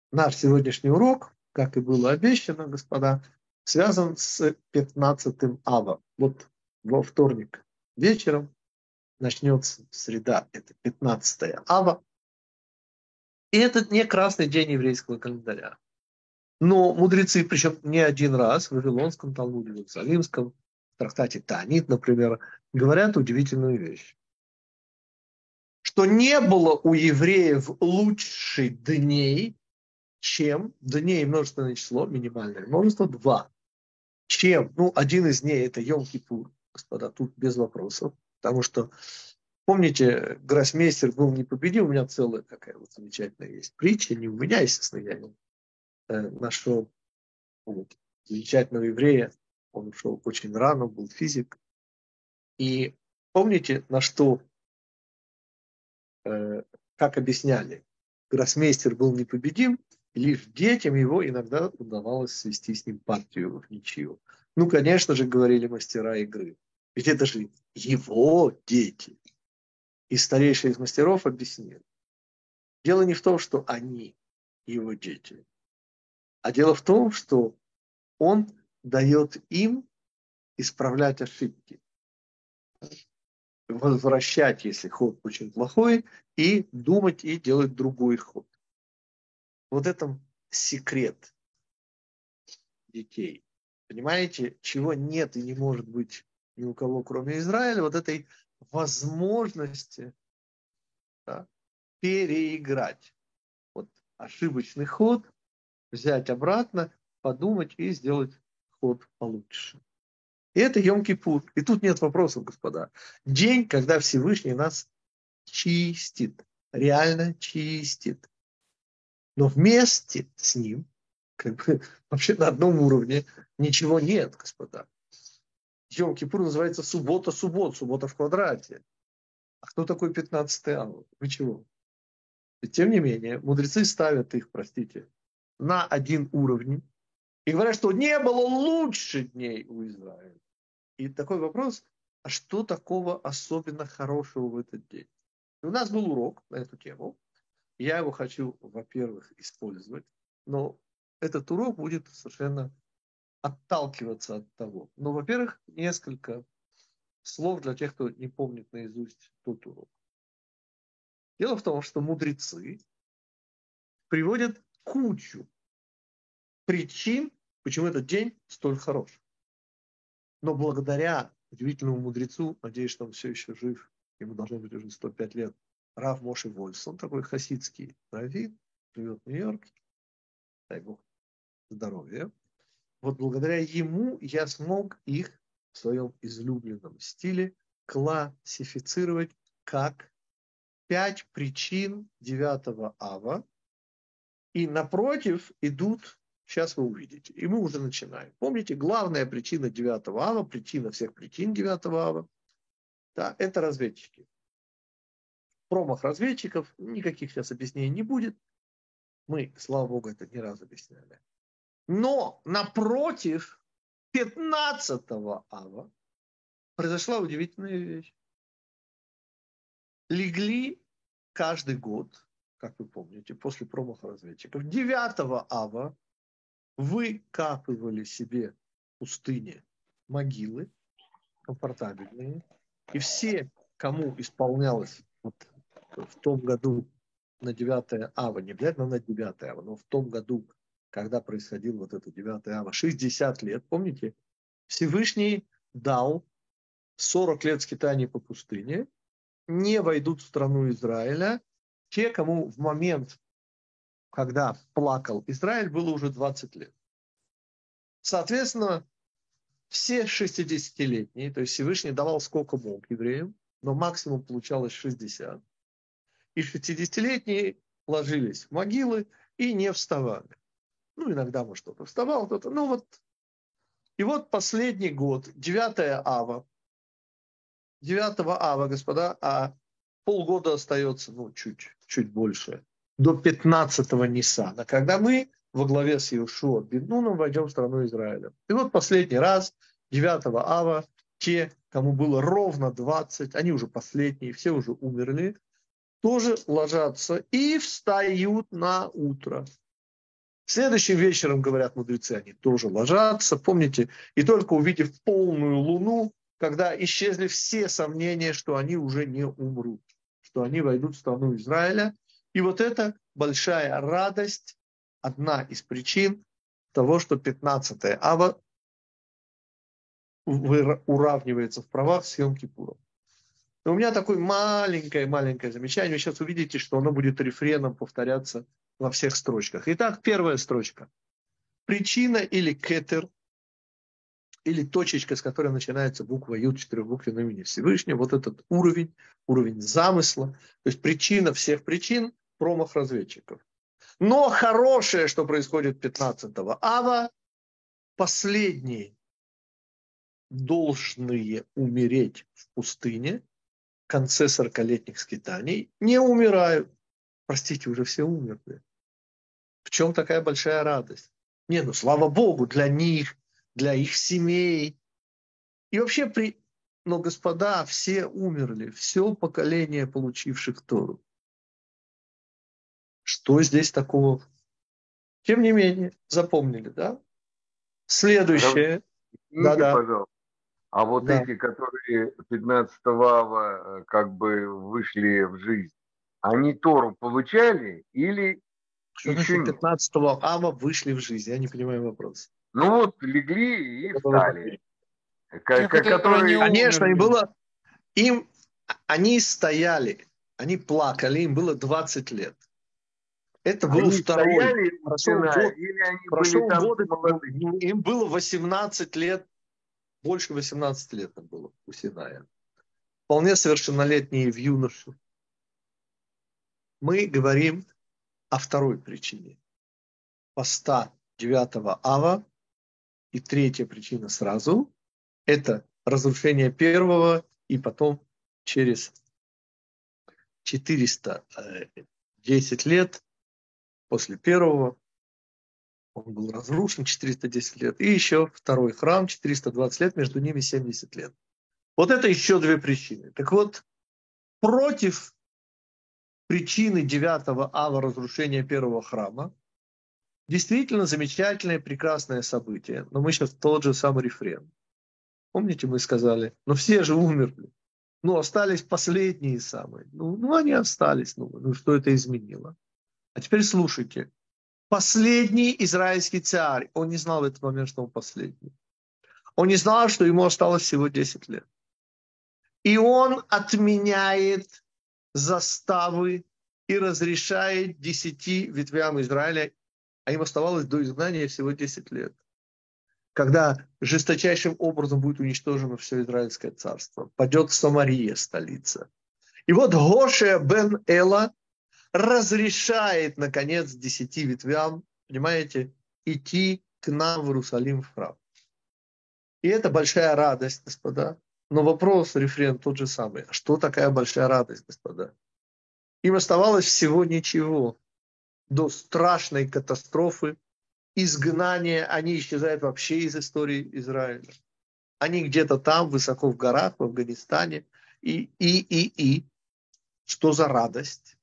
Наш сегодняшний урок, как и было обещано, господа, связан с 15 ава. Вот во вторник вечером начнется среда, это 15 ава. И это не красный день еврейского календаря. Но мудрецы, причем не один раз, в Вавилонском Талмуде, в Иерусалимском, в трактате Таанит, например, говорят удивительную вещь. Что не было у евреев лучших дней, чем дней множественное число, минимальное множество, 2. Чем? Один из дней это Йом-Кипур, господа, тут без вопросов. Потому что, помните, гроссмейстер был непобедим, у меня целая такая вот замечательная есть притча, не у меня, естественно, я не нашел замечательного еврея, он ушел очень рано, был физик. И помните, на что, как объясняли, гроссмейстер был непобедим, лишь детям его иногда удавалось свести с ним партию в ничью. Конечно же, говорили мастера игры. Ведь это же его дети. И старейший из мастеров объяснил. Дело не в том, что они его дети, а дело в том, что он дает им исправлять ошибки. Возвращать, если ход очень плохой, и думать, и делать другой ход. Вот это секрет детей. Понимаете, чего нет и не может быть ни у кого, кроме Израиля, вот этой возможности, да, переиграть. Вот ошибочный ход, взять обратно, подумать и сделать ход получше. И это Йом-Кипур. И тут нет вопросов, господа. День, когда Всевышний нас чистит. Реально чистит. Но вместе с ним, вообще на одном уровне, ничего нет, господа. Йом-Кипур называется суббота в квадрате. А кто такой 15 ав? Вы чего? И тем не менее, мудрецы ставят их, простите, на один уровень и говорят, что не было лучше дней у Израиля. И такой вопрос, а что такого особенно хорошего в этот день? И у нас был урок на эту тему. Я его хочу, во-первых, использовать, но этот урок будет совершенно отталкиваться от того. Но, во-первых, несколько слов для тех, кто не помнит наизусть тот урок. Дело в том, что мудрецы приводят кучу причин, почему этот день столь хорош. Но благодаря удивительному мудрецу, надеюсь, что он все еще жив, ему должно быть уже 105 лет, Рав Моше Вольсон, такой хасидский раввин, живет в Нью-Йорке, дай Бог здоровья. Вот благодаря ему я смог их в своем излюбленном стиле классифицировать как 5 причин 9 ава. И напротив идут, сейчас вы увидите, и мы уже начинаем. Помните, главная причина 9 ава, причина всех причин 9 ава, да, это разведчики. Промах разведчиков, никаких сейчас объяснений не будет. Мы, слава богу, это не раз объясняли. Но напротив 15 ава произошла удивительная вещь. Легли каждый год, как вы помните, после промаха разведчиков, 9 ава выкапывали себе в пустыне могилы комфортабельные. И все, кому исполнялось вот в том году на 9 ава, не обязательно на 9 ава, но в том году, когда происходил вот это 9 ава, 60 лет, помните, Всевышний дал 40 лет скитаний по пустыне, не войдут в страну Израиля те, кому в момент, когда плакал Израиль, было уже 20 лет. Соответственно, все 60-летние, то есть Всевышний давал сколько мог евреям, но максимум получалось 60. И 60-летние ложились в могилы и не вставали. Иногда, может, кто-то вставал, кто-то, И вот последний год, 9 ава. 9 ава, господа, а полгода остается, чуть больше, до 15-го Ниссана, когда мы во главе с Иешуа бен Нуном войдем в страну Израиля. И вот последний раз, 9 ава, те, кому было ровно 20, они уже последние, все уже умерли, тоже ложатся и встают на утро. Следующим вечером, говорят мудрецы, они тоже ложатся. Помните, и только увидев полную луну, когда исчезли все сомнения, что они уже не умрут, что они войдут в страну Израиля. И вот это большая радость, одна из причин того, что 15 ава уравнивается в правах с Йом-Кипуром. Но у меня такое маленькое замечание. Вы сейчас увидите, что оно будет рефреном повторяться во всех строчках. Итак, первая строчка. Причина или кетер, или точечка, с которой начинается буква Ю, четырехбуквенное имени Всевышнего, вот этот уровень замысла, то есть причина всех причин, промах разведчиков. Но хорошее, что происходит 15-го ава, последние должные умереть в пустыне, в конце 40-летних скитаний, не умирают. Простите, уже все умерли. В чем такая большая радость? Не, ну слава Богу, для них, для их семей. И вообще, но, господа, все умерли, все поколение, получивших Тору. Что здесь такого? Тем не менее, запомнили, да? Следующее. Извините, Да-да. пожалуйста. А вот Да. эти, которые 15 ава как бы вышли в жизнь, они Тору получали или Что еще значит нет? 15-го ава вышли в жизнь? Я не понимаю вопрос. Ну вот легли и встали. Те, которые не Конечно, им умерли. было... Они стояли, они плакали, им было 20 лет. Это был Они второй. стояли у стена, или они были Прошел там год, молодые? им было 18 лет, больше 18 лет им было у Синая. Вполне совершеннолетние в юношу. Мы говорим о второй причине. Поста 9 ава, и третья причина сразу, это разрушение первого, и потом через 410 лет после первого он был разрушен, 410 лет, и еще второй храм, 420 лет, между ними 70 лет. Вот это еще две причины. Так вот, против причины 9 ава разрушения первого храма, действительно замечательное, прекрасное событие. Но мы сейчас тот же самый рефрен. Помните, мы сказали, но все же умерли. Ну, остались последние самые. Ну они остались. Ну, что это изменило? А теперь слушайте. Последний израильский царь, он не знал в этот момент, что он последний. Он не знал, что ему осталось всего 10 лет. И он отменяет заставы и разрешает 10 ветвям Израиля, а им оставалось до изгнания всего 10 лет, когда жесточайшим образом будет уничтожено все Израильское царство. Падет Самария, столица. И вот Гошея бен Эла разрешает, наконец, 10 ветвям, понимаете, идти к нам в Иерусалим в храм. И это большая радость, господа. Но вопрос, рефрен тот же самый. А что такая большая радость, господа? Им оставалось всего ничего до страшной катастрофы, изгнания. Они исчезают вообще из истории Израиля. Они где-то там, высоко в горах, в Афганистане. И что за радость?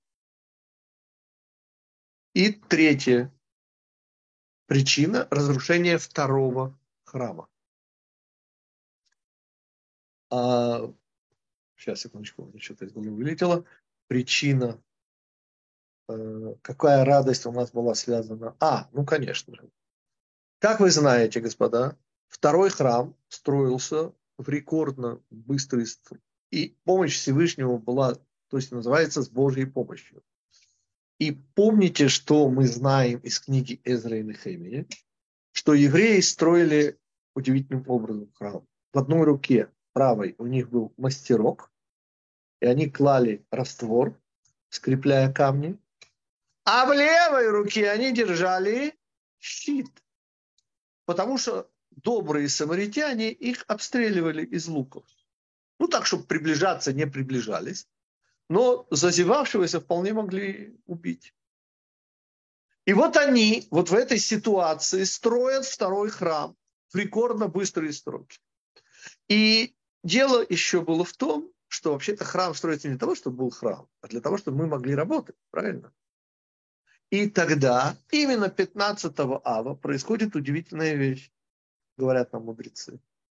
И третья причина – разрушение второго храма. Сейчас, секундочку, у меня что-то из головы вылетело. Причина, какая радость у нас была связана. Ну, конечно же. Как вы знаете, господа, второй храм строился в рекордно быстрый срок. И помощь Всевышнего была, то есть называется, с Божьей помощью. И помните, что мы знаем из книги Эзра и Нехемии, что евреи строили удивительным образом храм. В одной руке правой у них был мастерок, и они клали раствор, скрепляя камни, а в левой руке они держали щит, потому что добрые самаритяне их обстреливали из луков. Ну так, чтобы приближаться не приближались, но зазевавшегося вполне могли убить. И вот они вот в этой ситуации строят второй храм в рекордно быстрые сроки. И дело еще было в том, что вообще-то храм строится не для того, чтобы был храм, а для того, чтобы мы могли работать, правильно? И тогда, именно 15 ава, происходит удивительная вещь, говорят нам мудрецы.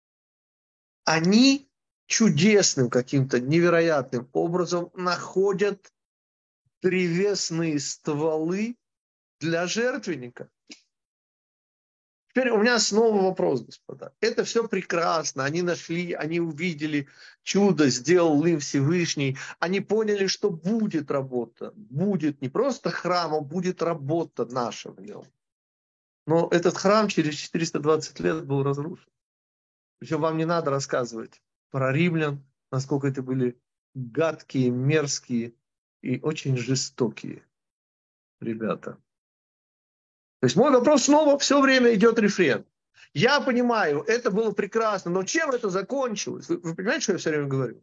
Они чудесным каким-то невероятным образом находят древесные стволы для жертвенника. Теперь у меня снова вопрос, господа. Это все прекрасно. Они нашли, они увидели чудо, сделал им Всевышний. Они поняли, что будет работа. Будет не просто храм, а будет работа наша в нем. Но этот храм через 420 лет был разрушен. Причем вам не надо рассказывать про римлян, насколько это были гадкие, мерзкие и очень жестокие ребята. То есть мой вопрос снова все время идет рефрен. Я понимаю, это было прекрасно, но чем это закончилось? Вы понимаете, что я все время говорю?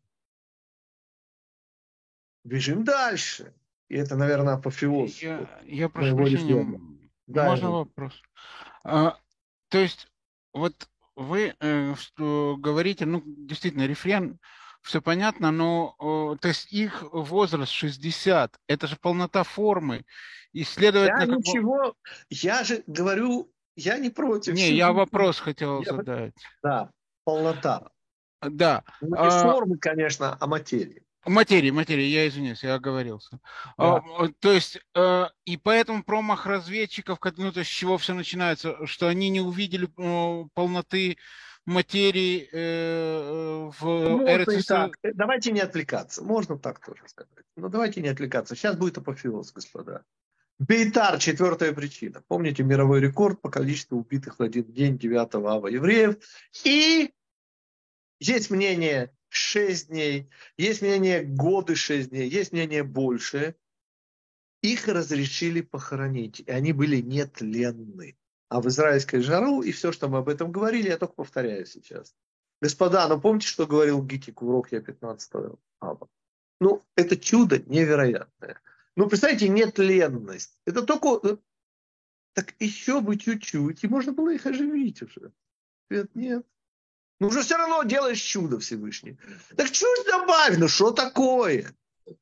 Бежим дальше. И это, наверное, апофеоз. Я прошу прощения, можно вопрос? То есть, вот вы что говорите, ну, действительно, рефрен, все понятно, но, то есть, их возраст 60, это же полнота формы, и, следовательно... Я же говорю, я не против. Не, я вопрос хотел задать. Да, полнота. Да. Не формы, конечно, а материи. Материи, я извиняюсь, я оговорился. Да. То есть, и поэтому промах разведчиков, ну, то есть, с чего все начинается, что они не увидели полноты материи в РЦС. Давайте не отвлекаться. Можно так тоже сказать. Но давайте не отвлекаться. Сейчас будет апофеоз, господа. Бейтар, 4-я причина. Помните мировой рекорд по количеству убитых в один день 9 ава евреев. И есть мнение 6 дней, есть мнение годы 6 дней, есть мнение больше. Их разрешили похоронить, и они были нетленны. А в израильской жару, и все, что мы об этом говорили, я только повторяю сейчас. Господа, ну помните, что говорил Гитик в уроке 15 ава? Ну, это чудо невероятное. Ну, представьте, нетленность. Это только... Так еще бы чуть-чуть, и можно было их оживить уже. Нет. Ну, уже все равно делаешь чудо Всевышний. Так чуть добавь, ну что такое?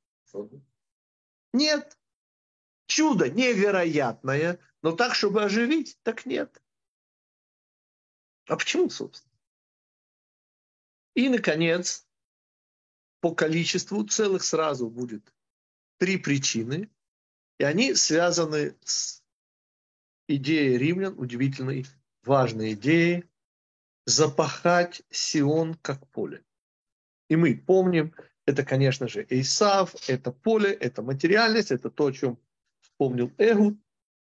Нет. Чудо невероятное, но так, чтобы оживить, так нет. А почему, собственно? И, наконец, по количеству целых сразу будет 3 причины, и они связаны с идеей римлян, удивительной, важной идеей, запахать Сион как поле. И мы помним, это, конечно же, Эйсав, это поле, это материальность, это то, о чем вспомнил Эгуд.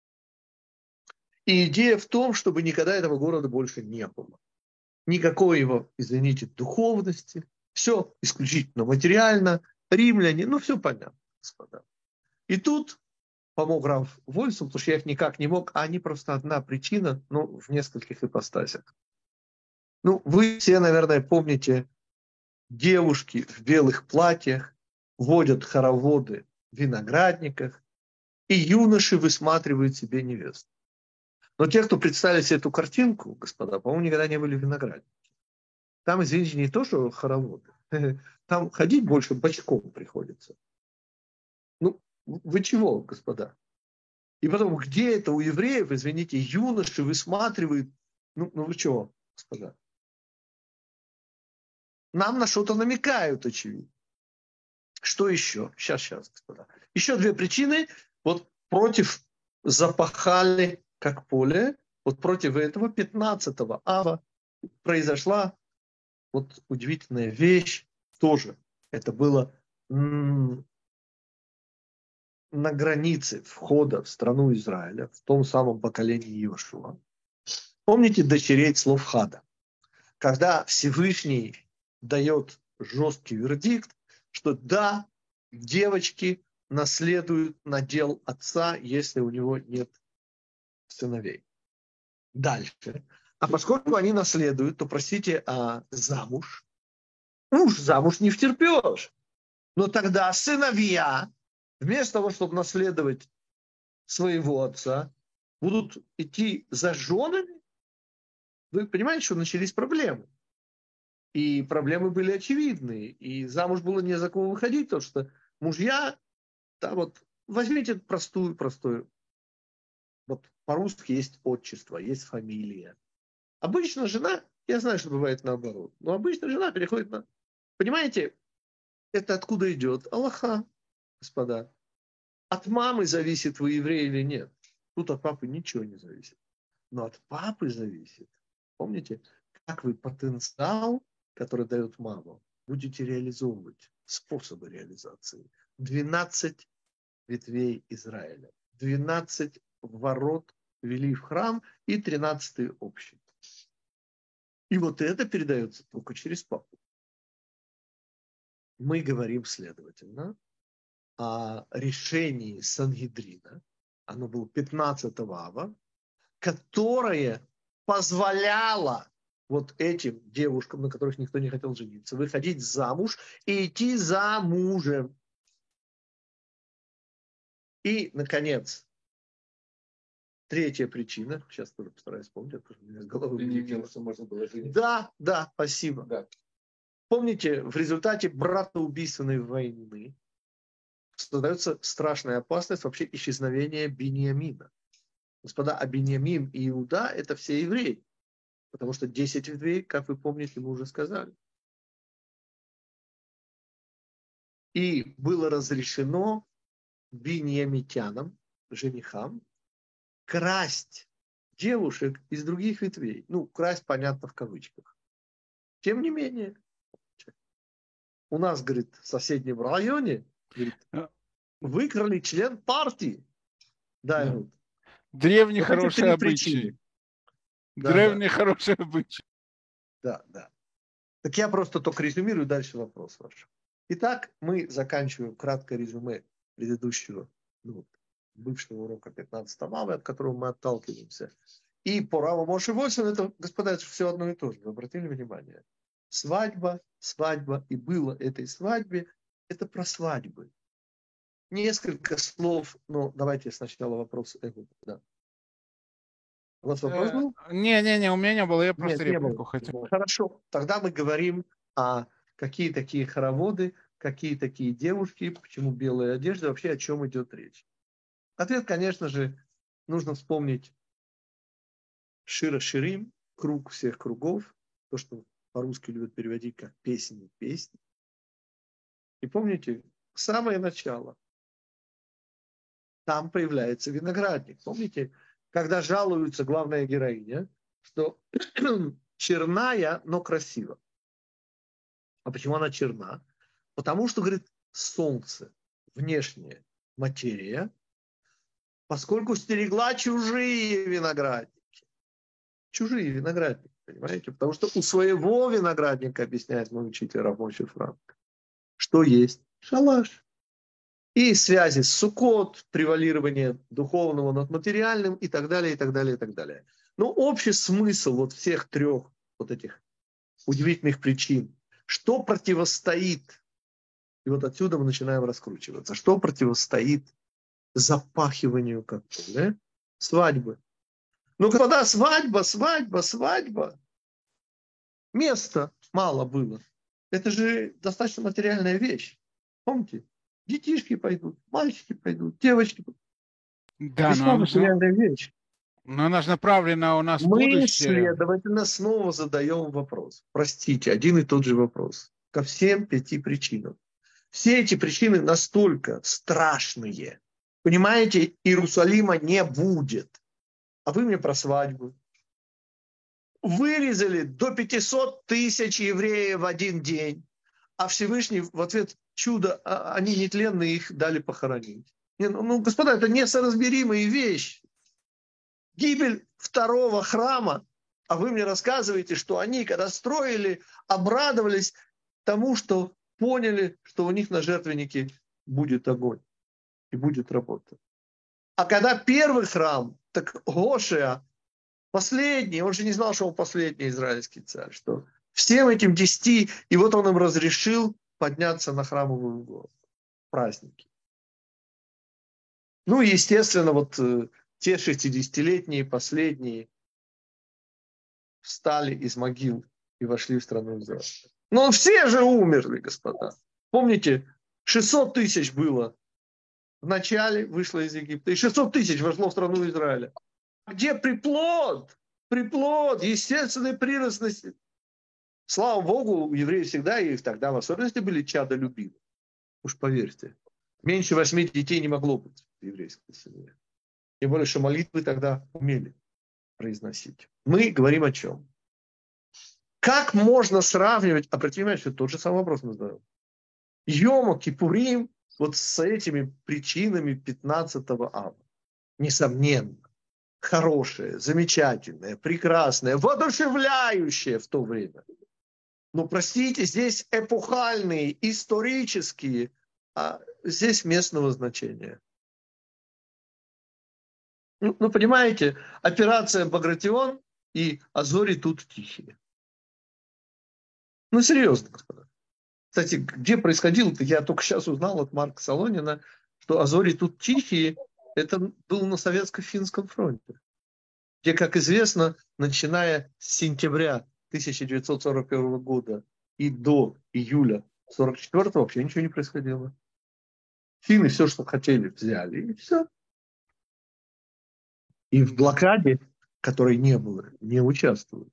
И идея в том, чтобы никогда этого города больше не было. Никакой его, извините, духовности. Все исключительно материально. Римляне, ну все понятно, господа. И тут помог Рав Вольсу, потому что я их никак не мог, а они просто одна причина, ну, в нескольких ипостасях. Ну, вы все, наверное, помните, девушки в белых платьях водят хороводы в виноградниках, и юноши высматривают себе невесту. Но те, кто представили себе эту картинку, господа, по-моему, никогда не были в винограднике. Там, извините, не то, что хороводы. Там ходить больше бочком приходится. Ну, вы чего, господа? И потом, где это у евреев, извините, юноши высматривают? Ну вы чего, господа? Нам на что-то намекают, очевидно. Что еще? Сейчас, господа. Еще 2 причины. Вот против запахали как поле. Вот против этого 15 ава произошла вот удивительная вещь. Тоже это было на границе входа в страну Израиля, в том самом поколении Иошуа. Помните дочерей Цлофхада? Когда Всевышний дает жесткий вердикт, что да, девочки наследуют надел отца, если у него нет сыновей. Дальше. А поскольку они наследуют, то, простите, замуж не втерпешь. Но тогда сыновья, вместо того, чтобы наследовать своего отца, будут идти за женами. Вы понимаете, что начались проблемы. И проблемы были очевидны. И замуж было не за кого выходить, потому что мужья, да, вот возьмите простую Вот по-русски есть отчество, есть фамилия. Обычно жена, я знаю, что бывает наоборот, но обычно жена переходит на... Понимаете, это откуда идет? Аллаха, господа. От мамы зависит, вы еврей или нет. Тут от папы ничего не зависит. Но от папы зависит. Помните, как вы потенциал, который дает мама, будете реализовывать, способы реализации. 12 ветвей Израиля. 12 ворот вели в храм и 13 общий. И вот это передается только через папу. Мы говорим, следовательно, о решении Сангедрина, оно было 15 ава, которое позволяло вот этим девушкам, на которых никто не хотел жениться, выходить замуж и идти за мужем. И, наконец, третья причина, сейчас тоже постараюсь вспомнить, потому что у меня с головы вылетело. Можно было жениться. Да, спасибо. Да. Помните, в результате братоубийственной войны создается страшная опасность вообще исчезновения Биньямина. Господа, а Биньямин и Иуда – это все евреи. Потому что 10 ветвей, как вы помните, мы уже сказали. И было разрешено биньямитянам, женихам, красть девушек из других ветвей. Ну, красть, понятно, в кавычках. Тем не менее, у нас, говорит, в соседнем районе, говорит, выкрали член партии. Да, да. вот. Древний вот хороший обычай. Древний хороший обычай. Да. Так я просто только резюмирую, дальше вопрос ваш. Итак, мы заканчиваем краткое резюме предыдущего, бывшего урока 15 ава, от которого мы отталкиваемся. И по Раву Моше Вольсону, это, господа, это все одно и то же. Вы обратили внимание? Свадьба, и было этой свадьбе, это про свадьбы. Несколько слов, но давайте сначала вопрос. Да. У вас вопрос был? Не, у меня не было, я просто реплику хотел. Хорошо, тогда мы говорим о какие такие хороводы, какие такие девушки, почему белая одежда, вообще о чем идет речь. Ответ, конечно же, нужно вспомнить Шира Ширим, круг всех кругов, то, что по-русски любят переводить как песни. И помните, самое начало, там появляется виноградник. Помните, когда жалуется главная героиня, что черная, но красива. А почему она черна? Потому что, говорит, солнце, внешняя материя, поскольку стерегла чужие виноградники. Чужие виноградники, понимаете? Потому что у своего виноградника, объясняет мой учитель Рав Моше Франк, что есть? Шалаш. И связи с Суккот, превалирование духовного над материальным и так далее, и так далее, и так далее. Но общий смысл вот всех трех вот этих удивительных причин, что противостоит, и вот отсюда мы начинаем раскручиваться, что противостоит запахиванию как-то, да? Свадьбы. Ну, когда свадьба, места мало было. Это же достаточно материальная вещь. Помните? Детишки пойдут, мальчики пойдут, девочки пойдут. Да, весьма материальная вещь. Но она же направлена у нас в Мы, будущее. следовательно, снова задаем вопрос. Простите, один и тот же вопрос. Ко всем 5 причинам. Все эти причины настолько страшные. Понимаете, Иерусалима не будет. А вы мне про свадьбу. Вырезали до 500 тысяч евреев в один день. А Всевышний в ответ чудо, они нетленные, их дали похоронить. Господа, это несоразмеримая вещь. Гибель второго храма, а вы мне рассказываете, что они, когда строили, обрадовались тому, что поняли, что у них на жертвеннике будет огонь и будет работа. А когда первый храм, так Гошеа, последний, он же не знал, что он последний израильский царь, что всем этим 10, и вот он им разрешил подняться на храмовую гору. Праздники. Ну и, естественно, вот те 60-летние, последние, встали из могил и вошли в страну Израиля. Но все же умерли, господа. Помните, 600 тысяч было вначале вышло из Египта, и 600 тысяч вошло в страну Израиля. Где приплод? Приплод, естественный прирост. Слава Богу, евреи всегда, и тогда в особенности, были чадолюбивы. Уж поверьте. Меньше 8 детей не могло быть в еврейской семье. Тем более, что молитвы тогда умели произносить. Мы говорим о чем? Как можно сравнивать, обратите внимание, что тот же самый вопрос мы задаем. Йом Кипурим вот с этими причинами 15 ава. Несомненно. Хорошее, замечательное, прекрасное, воодушевляющее в то время. Но, простите, здесь эпохальные, исторические, а здесь местного значения. Ну, понимаете, операция Багратион и Азори тут тихие. Ну, серьезно, господа. Кстати, где происходило-то, я только сейчас узнал от Марка Солонина, что Азори тут тихие, это было на Советско-финском фронте, где, как известно, начиная с сентября 1941 года и до июля 1944 вообще ничего не происходило. Финны все, что хотели, взяли, и все. И в блокаде, которой не было, не участвовали.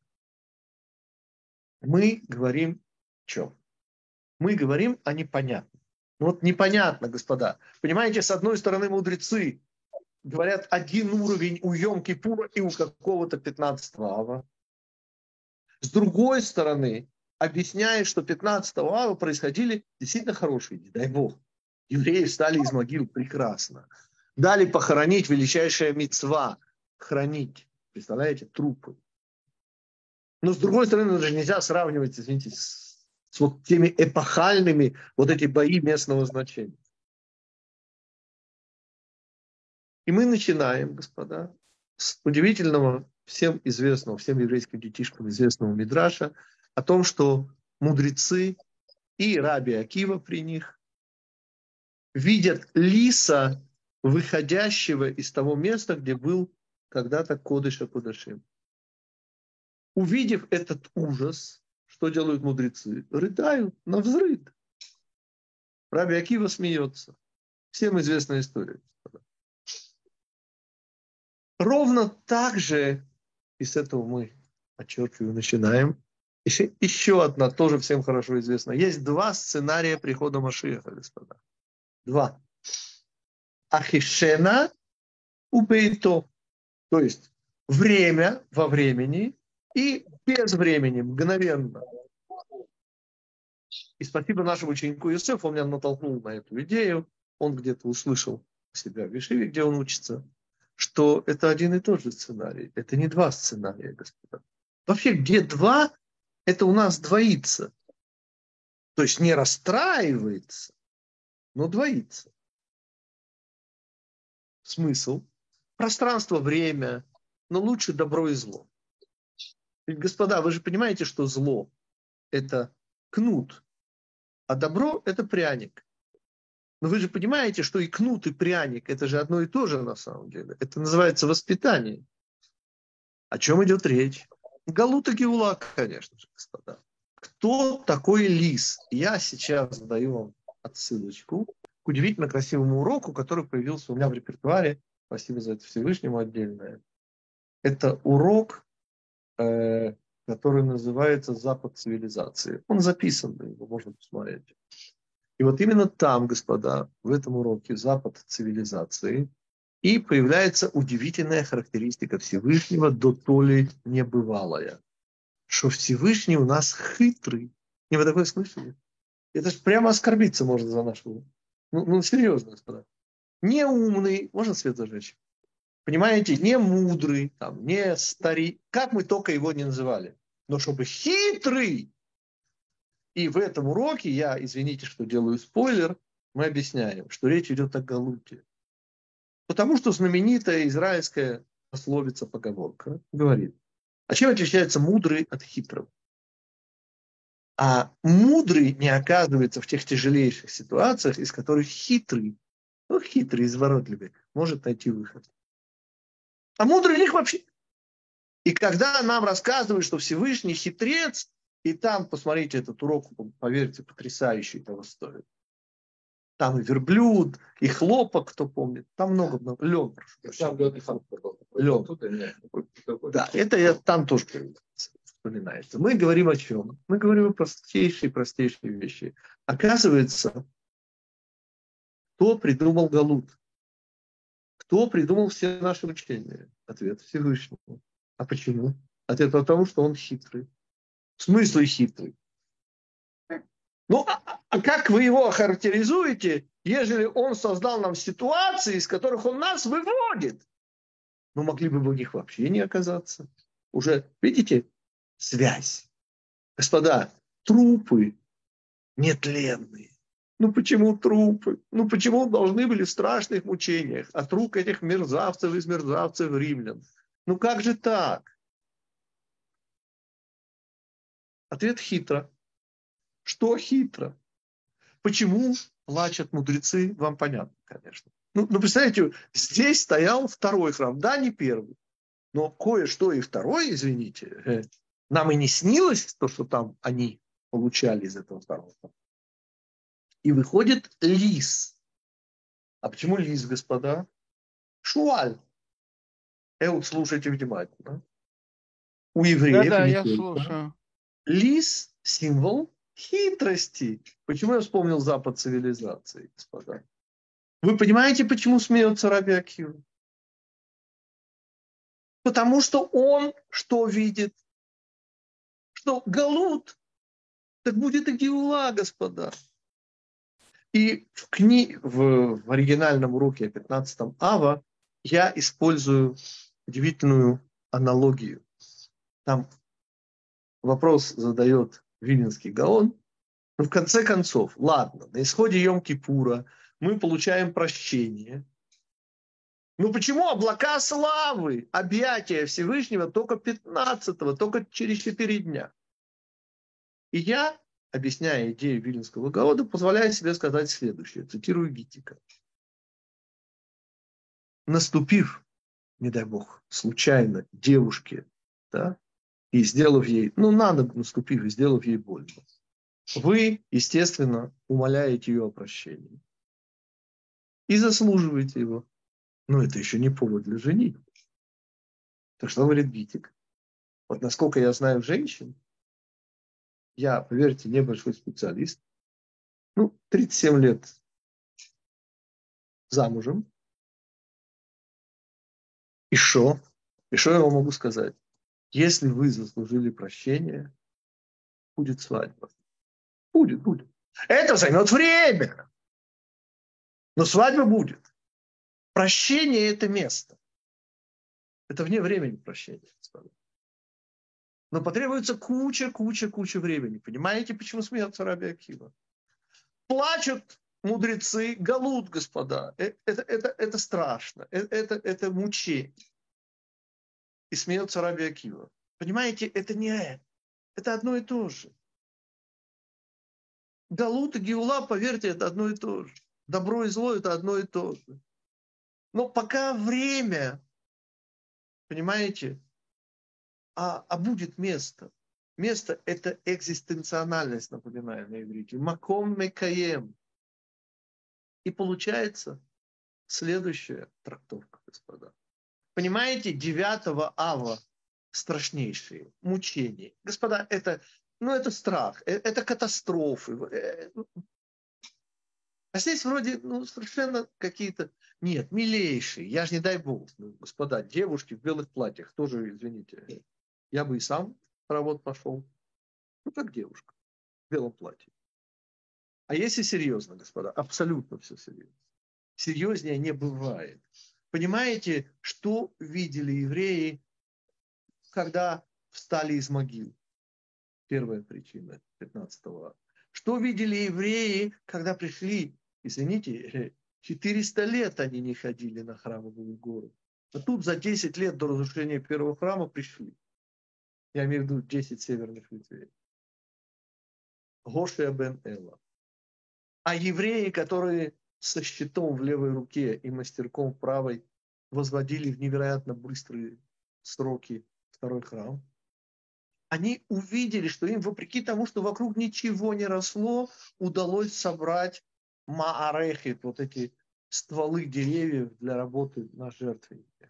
Мы говорим о чем? Мы говорим о непонятном. Ну вот непонятно, господа. Понимаете, с одной стороны мудрецы говорят один уровень у Йом-Кипура и у какого-то 15 ава. С другой стороны, объясняет, что 15 ава происходили действительно хорошие дни, дай Бог. Евреи встали из могил прекрасно. Дали похоронить, величайшая мицва, хранить. Представляете, трупы. Но с другой стороны, даже нельзя сравнивать, извините, с вот теми эпохальными вот эти бои местного значения. И мы начинаем, господа, с удивительного, всем известного, всем еврейским детишкам известного мидраша о том, что мудрецы и раби Акива при них видят лиса, выходящего из того места, где был когда-то Кодеш а-Кодашим. Увидев этот ужас, что делают мудрецы? Рыдают навзрыд. Раби Акива смеется. Всем известная история. Ровно так же, и с этого мы, подчеркиваю, начинаем. Еще одна, тоже всем хорошо известна. Есть два сценария прихода Машиаха, господа. Два. Ахишена убейто. То есть время во времени и без времени, мгновенно. И спасибо нашему ученику Юсефу, он меня натолкнул на эту идею. Он где-то услышал себя в Ешиве, где он учится, что это один и тот же сценарий. Это не два сценария, господа. Вообще, где два, это у нас двоится. То есть не расстраивается, но двоится. Смысл? Пространство, время, но лучше добро и зло. Ведь, господа, вы же понимаете, что зло – это кнут, а добро – это пряник. Но вы же понимаете, что и кнут, и пряник – это же одно и то же на самом деле. Это называется воспитание. О чем идет речь? Галута Геула, конечно же, господа. Кто такой лис? Я сейчас даю вам отсылочку к удивительно красивому уроку, который появился у меня в репертуаре. Спасибо за это Всевышнему отдельное. Это урок, который называется «Запад цивилизации». Он записан, его можно посмотреть. И вот именно там, господа, в этом уроке «Запад цивилизации» и появляется удивительная характеристика Всевышнего, дотоле небывалая. Что Всевышний у нас хитрый. Не вы такое слышали? Это же прямо оскорбиться можно за нашего. Ну серьезно, господа. Не умный, можно свет зажечь. Понимаете, не мудрый, там, не старик, как мы только его не называли. Но чтобы хитрый. И в этом уроке, я, извините, что делаю спойлер, мы объясняем, что речь идет о Галуте. Потому что знаменитая израильская пословица-поговорка говорит, а чем отличается мудрый от хитрого? А мудрый не оказывается в тех тяжелейших ситуациях, из которых хитрый, изворотливый, может найти выход. А мудрый их вообще. И когда нам рассказывают, что Всевышний хитрец, и там, посмотрите этот урок, поверьте, потрясающий того стоит. Там и верблюд, и хлопок, кто помнит. Там много. Лен, прошу прощения. Лен. Да, это там тоже вспоминается. Мы говорим о чем? Мы говорим о простейшей вещи. Оказывается, кто придумал галут? Кто придумал все наши учения? Ответ Всевышнему. А почему? Ответ потому, что он хитрый. В смысле хитрый? Ну, а как вы его охарактеризуете, ежели он создал нам ситуации, из которых он нас выводит? Ну, могли бы в них вообще не оказаться. Уже, видите, связь. Господа, трупы нетленные. Ну, почему трупы? Ну, почему должны были в страшных мучениях от рук этих мерзавцев из мерзавцев римлян? Ну, как же так? Ответ хитро. Что хитро? Почему плачут мудрецы, вам понятно, конечно. Ну, представляете, здесь стоял второй храм, да, не первый. Но кое-что и второй, извините, нам и не снилось то, что там они получали из этого второго храма. И выходит лис. А почему лис, господа? Шуаль. Вот слушайте внимательно. У евреев Да, не я только. слушаю. Лис – символ хитрости. Почему я вспомнил Запад цивилизации, господа? Вы понимаете, почему смеется Раби Акива? Потому что он что видит? Что галут, так будет и геула, господа. И в оригинальном уроке 15 ава я использую удивительную аналогию. Там вопрос задает Виленский Гаон. Но в конце концов, ладно, на исходе Йом-Кипура мы получаем прощение. Ну почему облака славы, объятия Всевышнего только 15-го, только через 4 дня? И я, объясняя идею Виленского Гаона, позволяю себе сказать следующее, цитирую Гиттика. Наступив, не дай бог, случайно девушке, да, и сделав ей, на ногу наступив и сделав ей больно, вы, естественно, умоляете ее о прощении. И заслуживаете его. Но это еще не повод для женитьбы. Так что говорит Гиттик? Вот насколько я знаю женщин, я, поверьте, небольшой специалист, 37 лет замужем. И что? И что я вам могу сказать? Если вы заслужили прощение, будет свадьба. Будет. Это займет время. Но свадьба будет. Прощение – это место. Это вне времени прощения, господа. Но потребуется куча времени. Понимаете, почему смеется Раби Акива? Плачут мудрецы, галут, господа. Это страшно. Это мучение. И смеется Раби Акива. Понимаете, это не это. Это одно и то же. Галут и геула, поверьте, это одно и то же. Добро и зло – это одно и то же. Но пока время, понимаете, а будет место. Место – это экзистенциональность, напоминаю на иврите. Маком мекаем. И получается следующая трактовка, господа. Понимаете, 9 ава страшнейшие мучения. Господа, это страх, это катастрофы. А здесь вроде совершенно какие-то... Нет, милейшие. Я же не дай бог. Господа, девушки в белых платьях тоже, извините. Я бы и сам в работу пошел. Как девушка в белом платье. А если серьезно, господа, абсолютно все серьезно. Серьезнее не бывает. Понимаете, что видели евреи, когда встали из могил? Первая причина 15-го. Что видели евреи, когда пришли? Извините, 400 лет они не ходили на храмовую гору. А тут за 10 лет до разрушения первого храма пришли. Я имею в виду 10 северных ветвей. Гошия бен Эла. А евреи, которые со щитом в левой руке и мастерком в правой возводили в невероятно быстрые сроки второй храм, они увидели, что им, вопреки тому, что вокруг ничего не росло, удалось собрать маарехит, вот эти стволы деревьев для работы на жертвеннике.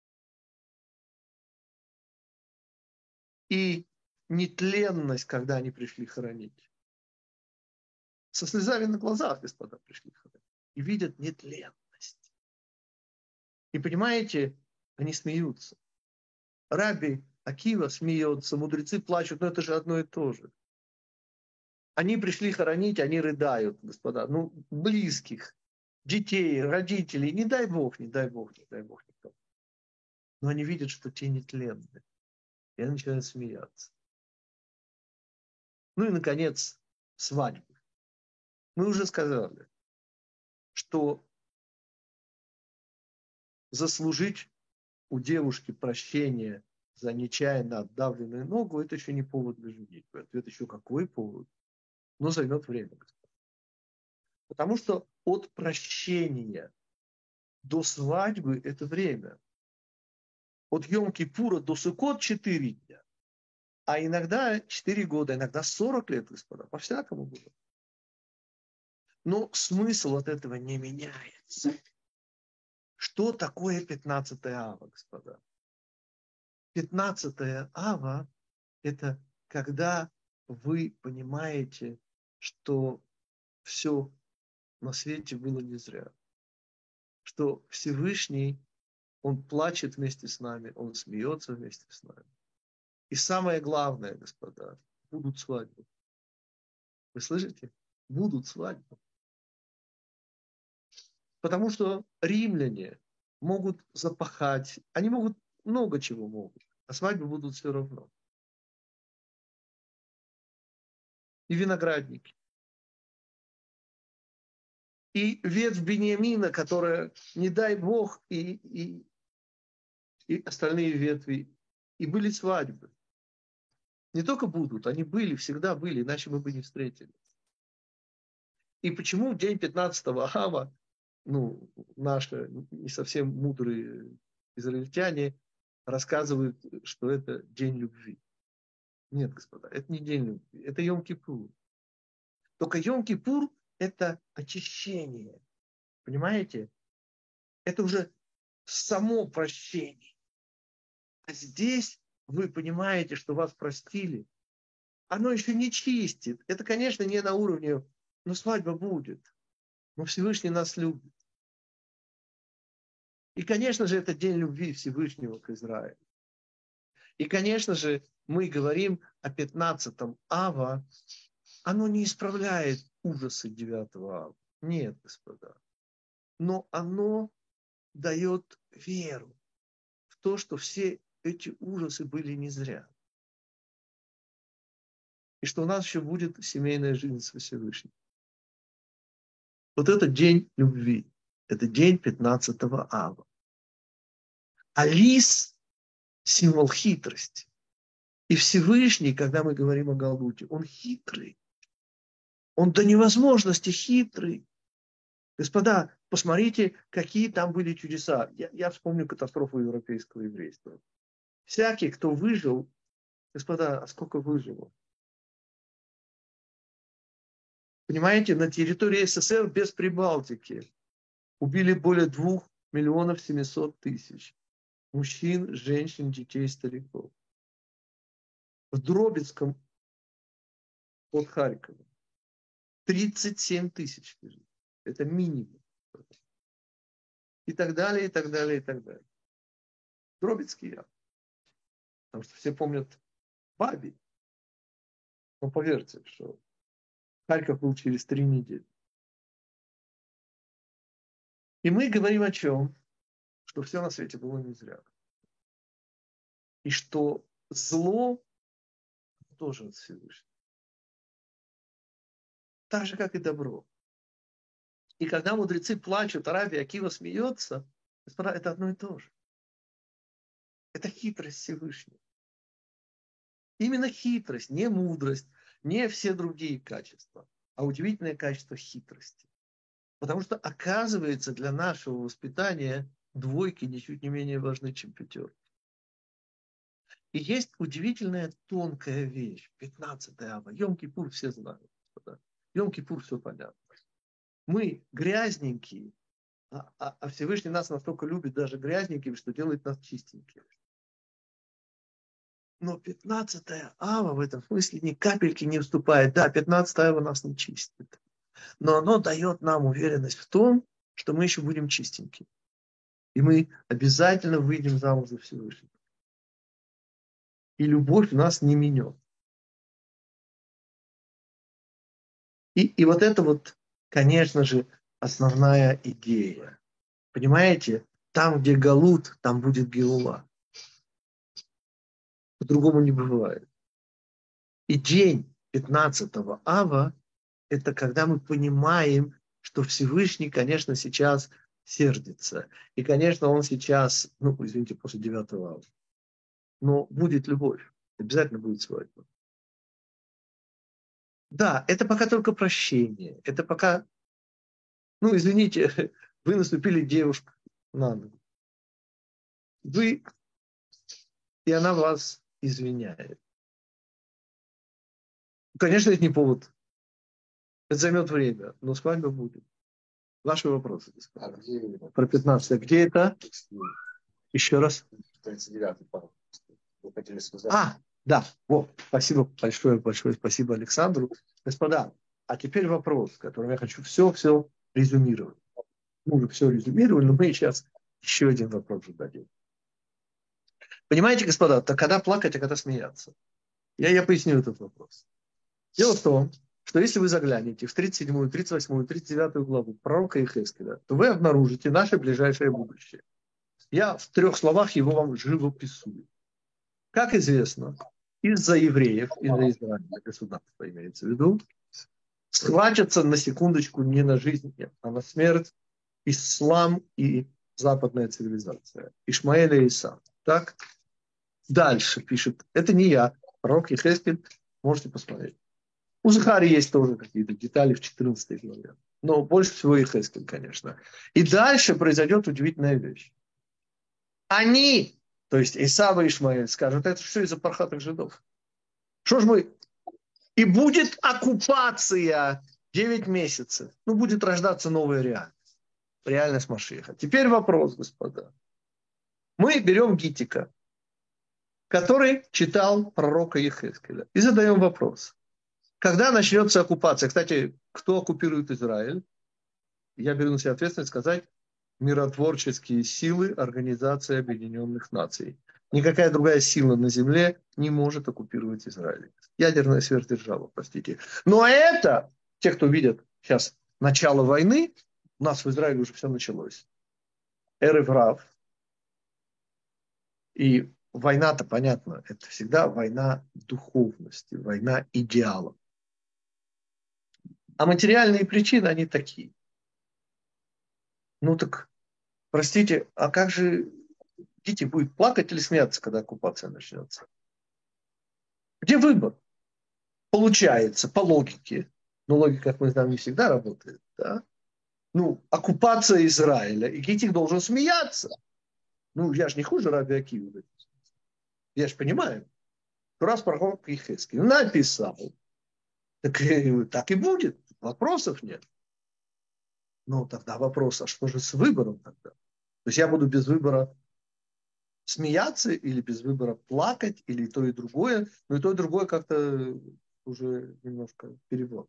И нетленность, когда они пришли хоронить. Со слезами на глазах, господа, пришли хоронить. И видят нетленность. И понимаете, они смеются. Раби Акива смеется, мудрецы плачут, но это же одно и то же. Они пришли хоронить, они рыдают, господа. Ну, близких, детей, родителей. Не дай Бог, не дай Бог, не дай Бог никому. Но они видят, что те нетленны. И они начинают смеяться. Ну и, наконец, свадьба. Мы уже сказали, что заслужить у девушки прощение за нечаянно отдавленную ногу, это еще не повод для женитьбы. Ответ еще какой повод? Но займет время. Потому что от прощения до свадьбы это время. От Йом-Кипура до Суккот 4 дня. А иногда 4 года, иногда 40 лет, господа. По-всякому было. Но смысл от этого не меняется. Что такое 15 ава, господа? 15 ава – это когда вы понимаете, что все на свете было не зря. Что Всевышний, Он плачет вместе с нами, Он смеется вместе с нами. И самое главное, господа, будут свадьбы. Вы слышите? Будут свадьбы. Потому что римляне могут запахать, они могут много чего могут, а свадьбы будут все равно. И виноградники. И ветвь Бениамина, которая, не дай Бог, и остальные ветви, и были свадьбы. Не только будут, они были, всегда были, иначе мы бы не встретились. И почему в день 15-го ава, наши не совсем мудрые израильтяне рассказывают, что это день любви. Нет, господа, это не день любви, это Йом-Кипур. Только Йом-Кипур – это очищение. Понимаете? Это уже само прощение. А здесь вы понимаете, что вас простили. Оно еще не чистит. Это, конечно, не на уровне, но свадьба будет. Но Всевышний нас любит. И, конечно же, это день любви Всевышнего к Израилю. И, конечно же, мы говорим о 15-м ава. Оно не исправляет ужасы 9-го ава. Нет, господа. Но оно дает веру в то, что все эти ужасы были не зря. И что у нас еще будет семейная жизнь с Всевышним. Вот это день любви. Это день 15-го ава. А лис – символ хитрости. И Всевышний, когда мы говорим о Галуте, он хитрый. Он до невозможности хитрый. Господа, посмотрите, какие там были чудеса. Я вспомню катастрофу европейского еврейства. Всякий, кто выжил, господа, а сколько выжило? Понимаете, на территории СССР без Прибалтики убили более 2 700 000 мужчин, женщин, детей, стариков. В Дробицком под Харьковом 37 000. Это минимум. И так далее, и так далее, и так далее. Дробицкий я. Потому что все помнят Баби. Но поверьте, что Харьков был через 3 недели. И мы говорим о чем? Что все на свете было не зря. И что зло тоже от Всевышнего. Так же, как и добро. И когда мудрецы плачут, а Раби Акива смеется, это одно и то же. Это хитрость Всевышнего. Именно хитрость, не мудрость, не все другие качества, а удивительное качество хитрости. Потому что, оказывается, для нашего воспитания двойки ничуть не менее важны, чем пятерки. И есть удивительная тонкая вещь. 15 ава. Йом-Кипур все знают. Йом-Кипур все понятно. Мы грязненькие, а Всевышний нас настолько любит даже грязненькими, что делает нас чистенькими. Но 15-я ава в этом смысле ни капельки не уступает. Да, 15-я ава нас не чистит. Но оно дает нам уверенность в том, что мы еще будем чистенькими. И мы обязательно выйдем замуж за Всевышнего. И любовь нас не минет. И вот это вот, конечно же, основная идея. Понимаете? Там, где галут, там будет геула. По-другому не бывает. И день 15-го ава – это когда мы понимаем, что Всевышний, конечно, сейчас сердится. И, конечно, он сейчас, извините, после 9-го ава. Но будет любовь. Обязательно будет свадьба. Да, это пока только прощение. Это пока, извините, вы наступили девушку на ногу. Вы, и она вас извиняет. Конечно, это не повод. Это займет время, но свадьба будет. Ваши вопросы, господа. Про 15. Где это? Еще раз. 39-й пару. Вы хотели сказать? Да. Спасибо большое спасибо Александру. Господа, а теперь вопрос, которым я хочу все резюмировать. Мы уже все резюмировали, но мы сейчас еще один вопрос зададим. Понимаете, господа, то когда плакать, а когда смеяться? Я поясню этот вопрос. Дело в том, что если вы заглянете в 37-ю, 38-ю, 39-ю главу пророка Йехескеля, то вы обнаружите наше ближайшее будущее. Я в 3 словах его вам живописую. Как известно, из-за евреев, из-за Израиля, государства имеется в виду, схватятся на секундочку не на жизнь, а на смерть ислам и западная цивилизация. Ишмаэль и Иса. Так? Дальше пишет. Это не я, пророк Йехескель, можете посмотреть. У Захари есть тоже какие-то детали в 14 главе. Но больше всего Йехескель, конечно. И дальше произойдет удивительная вещь. Они, то есть Исав и Ишмаэль, скажут, это что из-за пархатых жидов? Что ж мы? И будет оккупация 9 месяцев. Будет рождаться новая реальность. Реальность Машиаха. Теперь вопрос, господа. Мы берем Гитика, который читал пророка Йехескеля, и задаем вопрос. Когда начнется оккупация? Кстати, кто оккупирует Израиль? Я беру на себя ответственность сказать миротворческие силы Организации Объединенных Наций. Никакая другая сила на земле не может оккупировать Израиль. Ядерная сверхдержава, простите. Но это, те, кто видят сейчас начало войны, у нас в Израиле уже все началось. Эрев Рав. И война-то, понятно, это всегда война духовности, война идеалов. А материальные причины, они такие. Так, простите, а как же дети будут плакать или смеяться, когда оккупация начнется? Где выбор? Получается, по логике, но логика, как мы знаем, не всегда работает, да? Оккупация Израиля, и Гитик должен смеяться. Я же не хуже Раби Акивы. Я же понимаю. Раз пророк Йехескель написал, так и будет. Вопросов нет. Тогда вопрос, а что же с выбором тогда? То есть я буду без выбора смеяться или без выбора плакать, или то и другое. Но и то и другое как-то уже немножко перебор.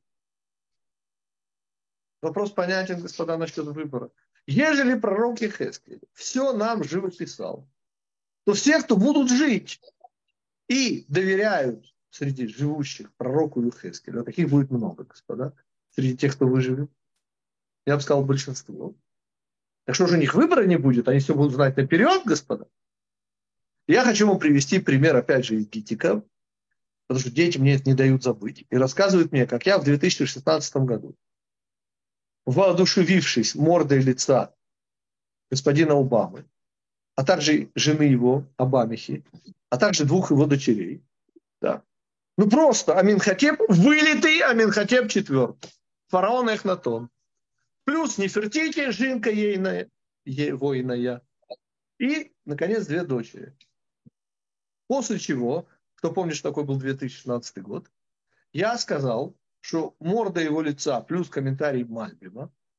Вопрос понятен, господа, насчет выбора. Ежели пророк Йехескель все нам живописал, то все, кто будут жить и доверяют среди живущих пророку Йехескелю, а таких будет много, господа, среди тех, кто выживет, я бы сказал, большинство. Так что же у них выбора не будет? Они все будут знать наперед, господа. Я хочу вам привести пример, опять же, из Гитика, потому что дети мне это не дают забыть. И рассказывают мне, как я в 2016 году, воодушевившись мордой лица господина Обамы, а также жены его, Обамихи, а также 2 его дочерей, да. Просто Аминхотеп, вылитый Аминхотеп IV, фараон Эхнатон, плюс Нефертити, жинка ейная, воиная, и, наконец, 2 дочери. После чего, кто помнит, что такой был 2016 год, я сказал, что морда его лица плюс комментарий Мальбима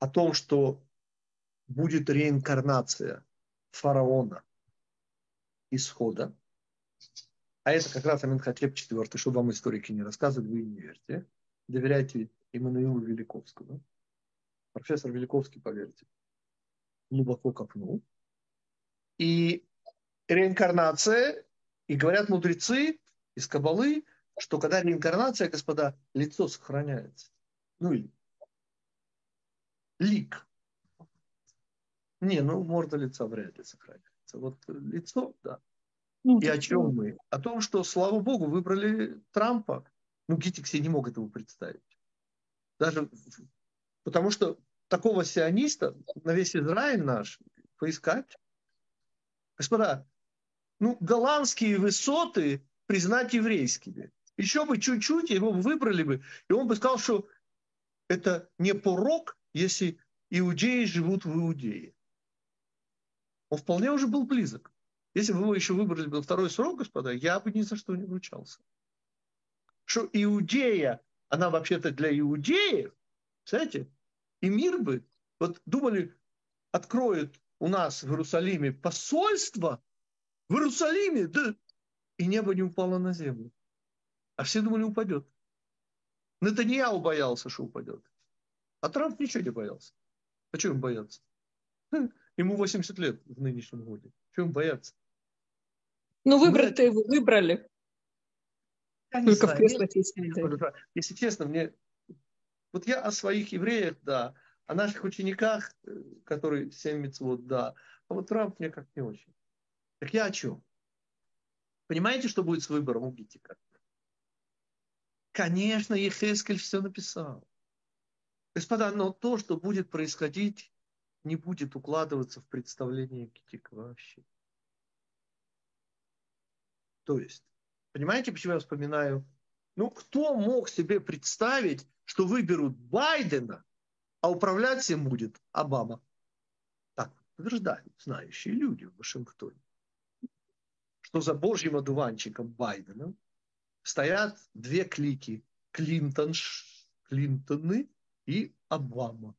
о том, что будет реинкарнация фараона исхода, а это как раз Аменхотеп IV, чтобы вам историки не рассказывали, вы не верьте. Доверяйте Иммануилу Великовскому. Профессор Великовский, поверьте, глубоко копнул. И реинкарнация, и говорят мудрецы из Каббалы, что когда реинкарнация, господа, лицо сохраняется. Ну или лик. Не, ну морда лица вряд ли сохраняется. Вот лицо, да. И о чем мы? О том, что, слава богу, выбрали Трампа. Ну, Гиттик себе не мог этого представить. Даже потому что такого сиониста на весь Израиль наш поискать. Господа, ну, голландские высоты признать еврейскими. Еще бы чуть-чуть, его выбрали бы, и он бы сказал, что это не порок, если иудеи живут в Иудее. Он вполне уже был близок. Если бы его еще выбрали бы на второй срок, господа, я бы ни за что не вручался. Что Иудея, она вообще-то для иудеев, знаете, и мир бы, вот думали, откроют у нас в Иерусалиме посольство, в Иерусалиме, да, и небо не упало на землю. А все думали, упадет. Нетаньяху боялся, что упадет. А Трамп ничего не боялся. А чего им бояться? Ему 80 лет в нынешнем году. Чего им бояться? Ну, выбрать-то его выбрали. Я не знаю. Если честно, мне... Вот я о своих евреях, да. О наших учениках, которые 7 мицвот, да. А вот Трамп мне как не очень. Так я о чем? Понимаете, что будет с выбором у Гиттика? Конечно, Йехескель все написал. Господа, но то, что будет происходить, не будет укладываться в представление Гиттика вообще. То есть, понимаете, почему я вспоминаю? Ну, кто мог себе представить, что выберут Байдена, а управлять всем будет Обама? Так утверждают знающие люди в Вашингтоне. Что за божьим одуванчиком Байдена стоят две клики: Клинтоны и Обама.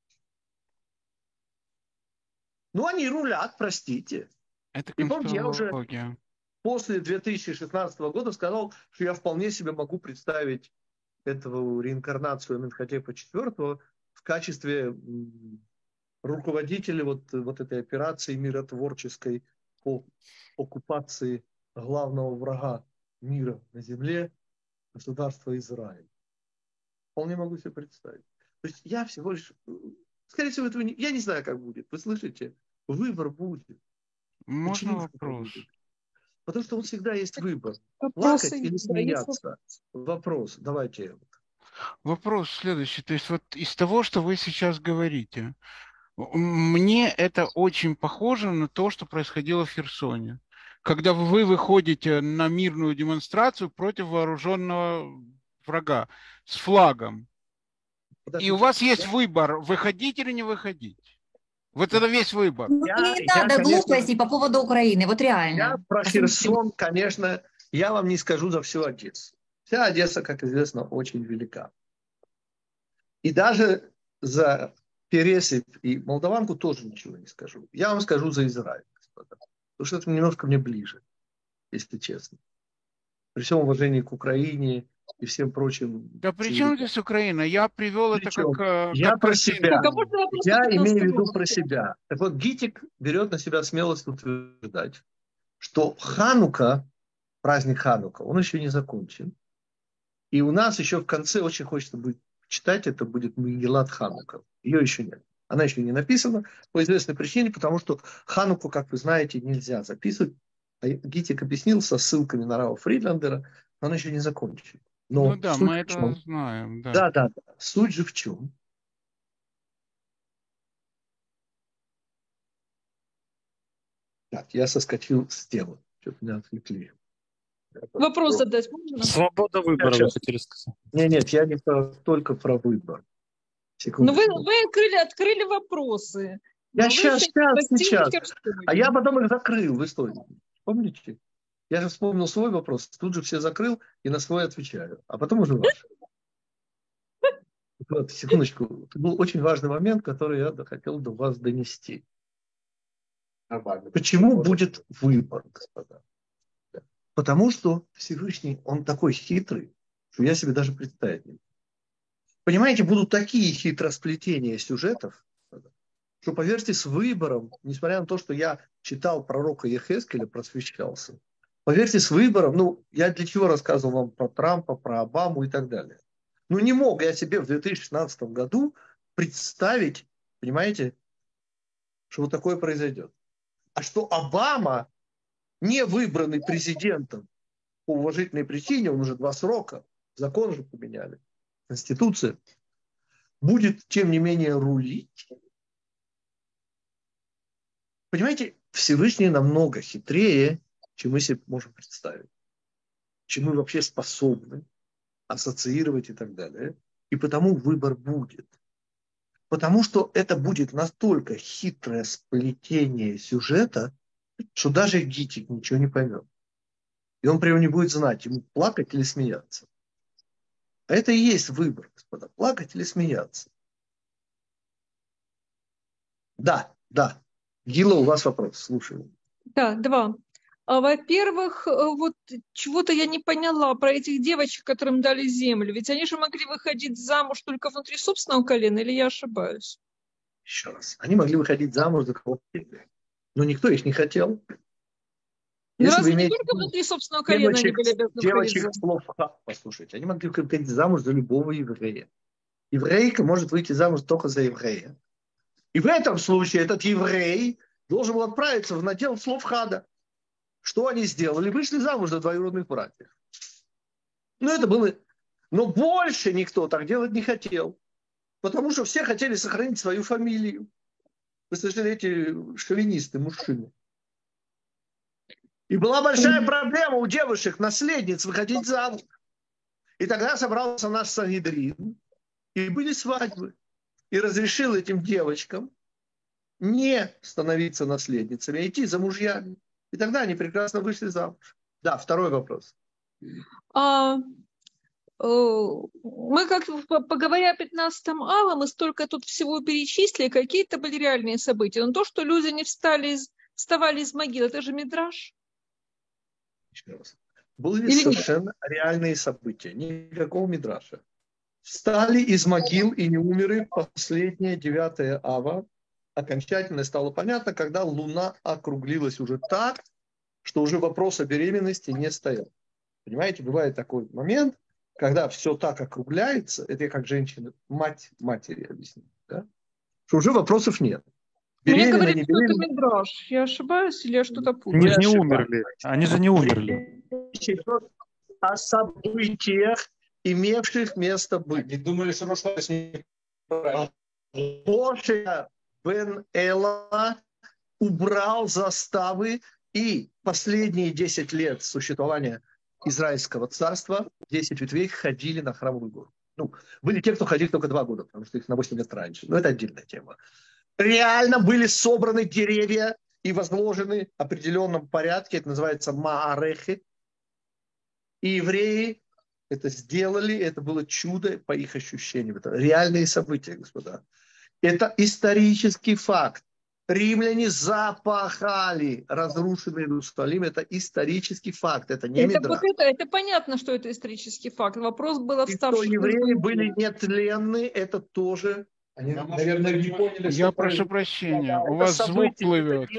Ну, они рулят, простите. Это и помните, я уже конспирология. после 2016 года сказал, что я вполне себе могу представить этого реинкарнацию Аменхотепа IV в качестве руководителя вот этой операции миротворческой по оккупации главного врага мира на земле, государства Израиль. Вполне могу себе представить. То есть я всего лишь... Скорее всего, этого не... Я не знаю, как будет. Вы слышите? Выбор будет. Можно вопрос? Будет? Потому что он всегда есть выбор. Вопросы, Плакать или смеяться? Вопрос. Давайте. Вопрос следующий. То есть вот из того, что вы сейчас говорите, мне это очень похоже на то, что происходило в Херсоне. Когда вы выходите на мирную демонстрацию против вооруженного врага с флагом. Подождите. И у вас есть выбор, выходить или не выходить. Вот это весь выбор. Не надо глупостей по поводу Украины, вот реально. Я про Херсон, конечно, я вам не скажу за всю Одессу. Вся Одесса, как известно, очень велика. И даже за Пересып и Молдаванку тоже ничего не скажу. Я вам скажу за Израиль, господа. Потому что это немножко мне ближе, если честно. При всем уважении к Украине и всем прочим. Да при чем здесь Украина? Я привел это как я про себя. Я имею в виду про себя. Так вот, Гиттик берет на себя смелость утверждать, что Ханука, праздник Ханука, он еще не закончен. И у нас еще в конце очень хочется будет читать, это будет Мегилат Ханука. Ее еще нет. Она еще не написана по известной причине, потому что Хануку, как вы знаете, нельзя записывать. Гиттик объяснил со ссылками на Рава Фридландера, но она еще не закончена. Но ну да, мы это знаем. Да. Да. Суть же в чем? Так, я соскочил с темы. Что-то меня отвлекли. Вопрос задать можно? Свобода выбора, вы хотели сказать. Нет, я не только про выбор. Ну вы открыли вопросы. Я сейчас. А я потом их закрыл в истории. Помните? Я же вспомнил свой вопрос, тут же все закрыл и на свой отвечаю. А потом уже ваш. Вот, секундочку. Это был очень важный момент, который я хотел до вас донести. Почему будет выбор, господа? Потому что Всевышний, он такой хитрый, что я себе даже представить не могу. Понимаете, будут такие хитросплетения сюжетов, что, поверьте, с выбором, несмотря на то, что я читал пророка Йехескеля, просвещался, поверьте, с выбором, ну, я для чего рассказывал вам про Трампа, про Обаму и так далее. Ну, не мог я себе в 2016 году представить, понимаете, что вот такое произойдет. А что Обама, не выбранный президентом по уважительной причине, он уже 2 срока, закон же поменяли, Конституция, будет, тем не менее, рулить. Понимаете, Всевышний намного хитрее, чем мы себе можем представить. Чем мы вообще способны ассоциировать и так далее. И потому выбор будет. Потому что это будет настолько хитрое сплетение сюжета, что даже Гитик ничего не поймет. И он прямо не будет знать, ему плакать или смеяться. А это и есть выбор, господа. Плакать или смеяться. Да. Гила, у вас вопрос, слушаю. Да, 2. Во-первых, вот чего-то я не поняла про этих девочек, которым дали землю. Ведь они же могли выходить замуж только внутри собственного колена, или я ошибаюсь? Еще раз. Они могли выходить замуж за кого-то, но никто их не хотел. Ну, разве не только внутри собственного колена они были обязаны девочек слов, послушайте, они могли выходить замуж за любого еврея. Еврейка может выйти замуж только за еврея. И в этом случае этот еврей должен был отправиться в надел слов Хада. Что они сделали? Вышли замуж за двоюродных братьев. Ну, это было... Но больше никто так делать не хотел. Потому что все хотели сохранить свою фамилию. Вы слышали, эти шовинисты, мужчины. И была большая проблема у девушек, наследниц, выходить замуж. И тогда собрался наш Сангедрин. И были свадьбы. И разрешил этим девочкам не становиться наследницами, а идти за мужьями. И тогда они прекрасно вышли замуж. Да, второй вопрос. Мы, как поговоря о 15 ава, мы столько тут всего перечислили, какие-то были реальные события. Но то, что люди не вставали из могил, это же мидраш. Еще раз. Были совершенно реальные события. Никакого мидраша. Встали из могил и не умерли последнее 9 ава. Окончательно стало понятно, когда Луна округлилась уже так, что уже вопрос о беременности не стоял. Понимаете, бывает такой момент, когда все так округляется, это я как женщина, мать матери объясню, да? Что уже вопросов нет. Мне говорят, что это мидраш. Я ошибаюсь или я что-то путаю? Они же не умерли. Они же не умерли. О событиях, имевших место быть. Не думали, что нашлось неправильно. Моше бен Эла убрал заставы, и последние 10 лет существования Израильского царства 10 ветвей ходили на Храмовую гору. Ну, были те, кто ходили только 2 года, потому что их на 8 лет раньше. Но это отдельная тема. Реально были собраны деревья и возложены в определенном порядке. Это называется маарехи. И евреи это сделали. Это было чудо по их ощущениям. Это реальные события, господа. Это исторический факт. Римляне запахали разрушенный Иерусалим. Это исторический факт. Это не мидраш. Это понятно, что это исторический факт. Вопрос был вставший. Что евреи были нетленны, это тоже... Они, наверное, не поняли, я прошу прощения, у вас звук плывет.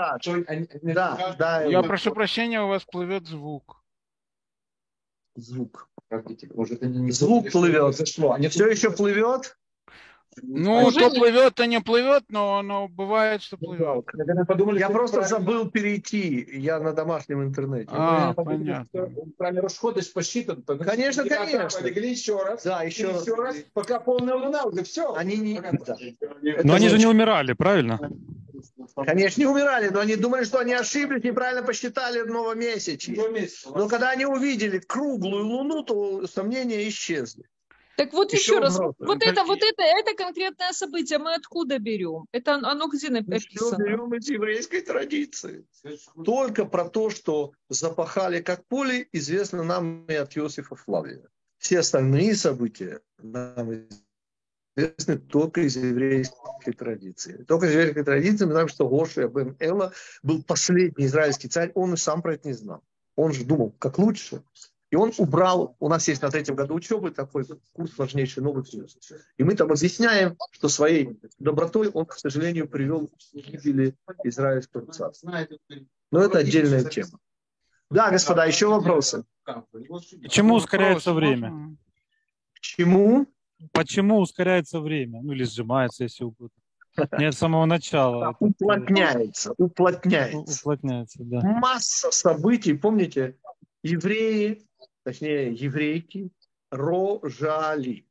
Да, я прошу прощения, у вас плывет звук. Звук. Может, не звук плывет. Все еще плывет? Ну, то плывет, то не плывет, но бывает, что плывет. Я просто забыл перейти. Я на домашнем интернете. Понятно. Правильный расход посчитан. Конечно. Легли еще раз. Да, еще раз. Пока полная луна, уже все. Они не... Но они же не умирали, правильно? Конечно, не умирали, но они думали, что они ошиблись, неправильно посчитали новомесячье. Но когда они увидели круглую луну, то сомнения исчезли. Так вот еще раз, это конкретное событие мы откуда берем? Это оно где написано? Мы берем из еврейской традиции. Только про то, что запахали как поле, известно нам и от Иосифа Флавия. Все остальные события нам известны только из еврейской традиции. Только из еврейской традиции мы знаем, что Гошия бен Эла был последний израильский царь, он и сам про это не знал. Он же думал, как лучше. И он убрал, у нас есть на 3-м году учебы такой курс важнейший, новый курс. И мы там объясняем, что своей добротой он, к сожалению, привел к гибели израильского царства. Но это отдельная тема. Да, господа, еще вопросы? Почему ускоряется время? Почему? Почему ускоряется время? Ну или сжимается, если угодно. Нет, с самого начала. Уплотняется. Уплотняется, да. Масса событий, помните, евреи, точнее еврейки, рожали.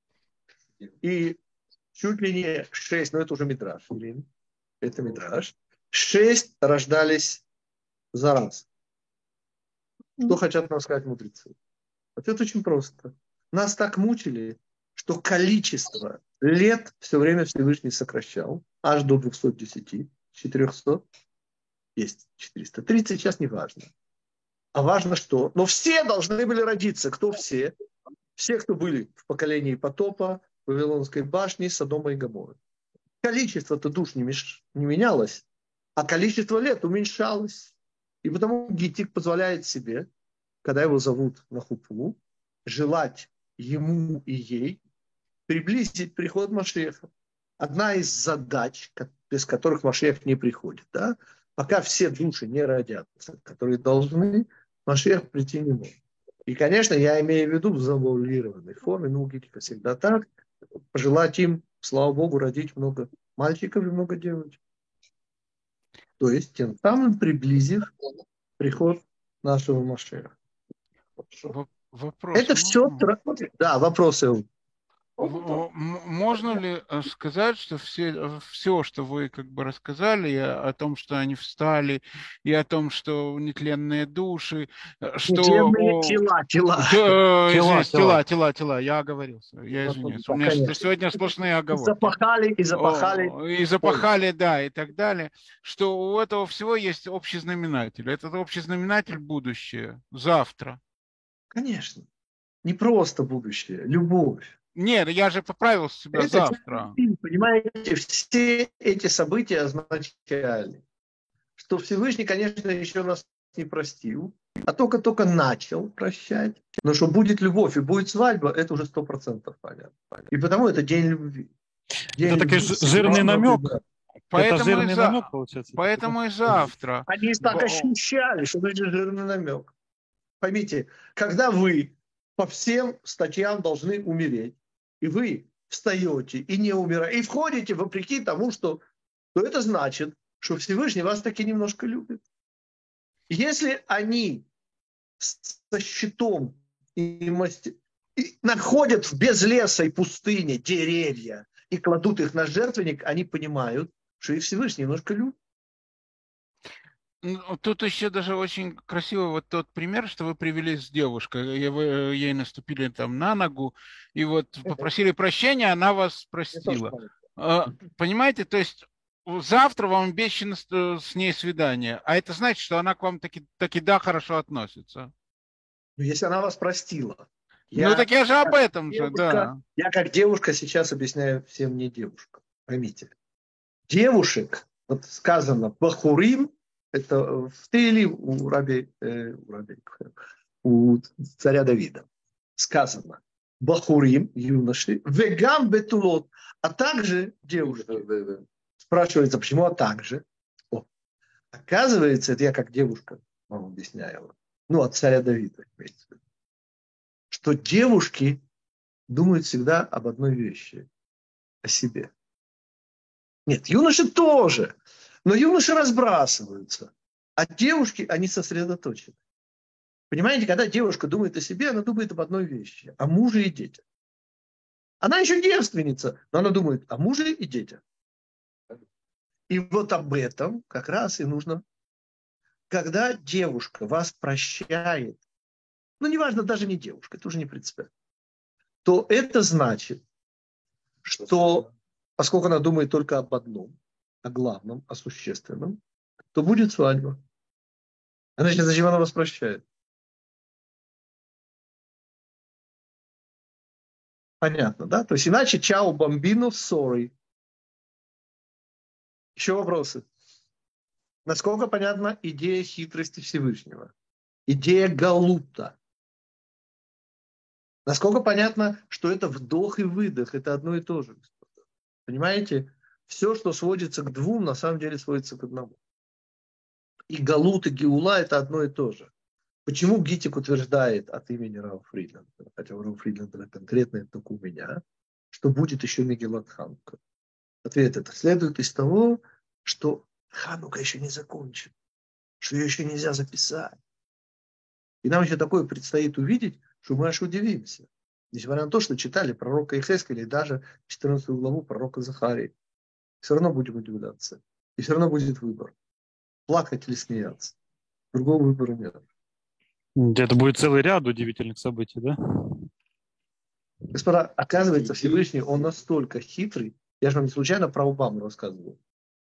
И чуть ли не 6, но это уже мидраш, это мидраш, 6 рождались за раз. Что хотят нам сказать мудрецы? Ответ очень просто. Нас так мучили, что количество лет все время Всевышний сокращал, аж до 210, 400, есть 430, сейчас не важно. А важно что? Но все должны были родиться. Кто все? Все, кто были в поколении потопа, Вавилонской башни, Содома и Гоморры. Количество-то душ не менялось, а количество лет уменьшалось. И потому Гитик позволяет себе, когда его зовут на хупу, желать ему и ей приблизить приход Машиаха. Одна из задач, без которых Машиах не приходит, да? Пока все души не родятся, которые должны, Машиах прийти не может. И, конечно, я имею в виду в завуалированной форме, ну, у Гитика всегда так, пожелать им, слава Богу, родить много мальчиков и много девочек. То есть, тем самым приблизив приход нашего Машиаха. Вопрос. Это все... Да, вопросы. Можно ли сказать, что все, что вы как бы рассказали, о том, что они встали, и о том, что нетленные души, что... Нетленные Тела, я оговорился, я извиняюсь. У меня сегодня сплошные оговорки. И запахали, да, и так далее. Что у этого всего есть общий знаменатель. Этот общий знаменатель — будущее, завтра. Конечно. Не просто будущее, любовь. Нет, я же поправил себя это завтра. Понимаете, все эти события означали, что Всевышний, конечно, еще нас не простил, а только начал прощать. Но что будет любовь и будет свадьба, это уже 100% понятно. И потому это день любви. Это такой жирный намек. Поэтому и завтра. Они так ощущали, что это жирный намек. Поймите, когда вы по всем статьям должны умереть, и вы встаете и не умираете, и входите вопреки тому, что это значит, что Всевышний вас таки немножко любит. Если они со щитом и находят в безлесой пустыне деревья и кладут их на жертвенник, они понимают, что и Всевышний немножко любит. Тут еще даже очень красивый вот тот пример, что вы привели с девушкой. Ей наступили там на ногу, и вот попросили прощения, она вас простила. Понимаете, то есть завтра вам обещано с ней свидание, а это значит, что она к вам таки да хорошо относится. Ну, если она вас простила. Так я же об этом же, да. Я как девушка сейчас объясняю всем не девушкам. Поймите. Девушек, вот сказано, бахурим, это в Теиле у царя Давида сказано бахурим, юноши, вегам бетулот, а также девушки. Спрашивается, почему а также? Оказывается, это я как девушка вам объясняю, от царя Давида, что девушки думают всегда об одной вещи, о себе. Нет, юноши тоже. Но юноши разбрасываются, а девушки, они сосредоточены. Понимаете, когда девушка думает о себе, она думает об одной вещи, о муже и детях. Она еще девственница, но она думает о муже и детях. И вот об этом как раз и нужно. Когда девушка вас прощает, неважно, даже не девушка, это уже не принципиально, то это значит, что, поскольку она думает только об одном, о главном, о существенном, то будет свадьба. Значит, зачем она вас прощает? Понятно, да? То есть иначе чао бомбино, sorry. Еще вопросы? Насколько понятна идея хитрости Всевышнего? Идея галута. Насколько понятно, что это вдох и выдох, это одно и то же. Понимаете? Все, что сводится к двум, на самом деле сводится к одному. И галут, и геула – это одно и то же. Почему Гитик утверждает от имени Рава Фридланда, хотя у Рава Фридланда конкретно это только у меня, что будет еще Мегилат Ханука? Ответ – это следует из того, что Ханука еще не закончен, что ее еще нельзя записать. И нам еще такое предстоит увидеть, что мы аж удивимся. Несмотря на то, что читали пророка Ихескеля и даже 14 главу пророка Захарии. Все равно будем удивляться. И все равно будет выбор. Плакать или смеяться. Другого выбора нет. Это будет целый ряд удивительных событий, да? Господа, оказывается, Всевышний, он настолько хитрый. Я же вам не случайно про Обаму рассказывал.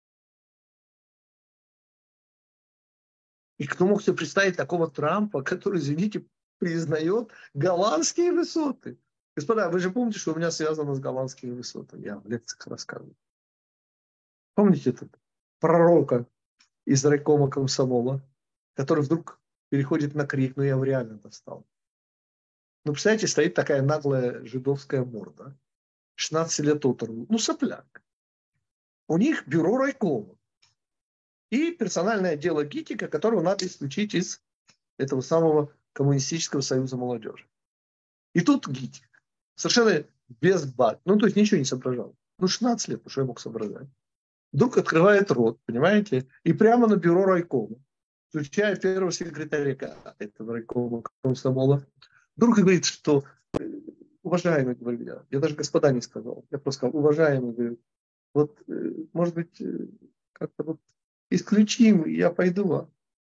И кто мог себе представить такого Трампа, который, извините, признает голландские высоты? Господа, вы же помните, что у меня связано с голландскими высотами? Я в лекциях рассказывал. Помните этот пророка из райкома комсомола, который вдруг переходит на крик, ну я его реально достал. Ну, представляете, стоит такая наглая жидовская морда, 16 лет от роду, ну сопляк. У них бюро райкома. И персональное дело Гитика, которого надо исключить из этого самого Коммунистического союза молодежи. И тут Гитик, совершенно без бат, ну то есть ничего не соображал. Ну 16 лет, что я мог соображать. Вдруг открывает рот, понимаете, и прямо на бюро райкома, включая первого секретаря этого райкома комсомола, вдруг говорит, что уважаемый, говорю я даже господа не сказал, я просто сказал, уважаемый, говорю, вот, может быть, как-то вот исключим, я пойду.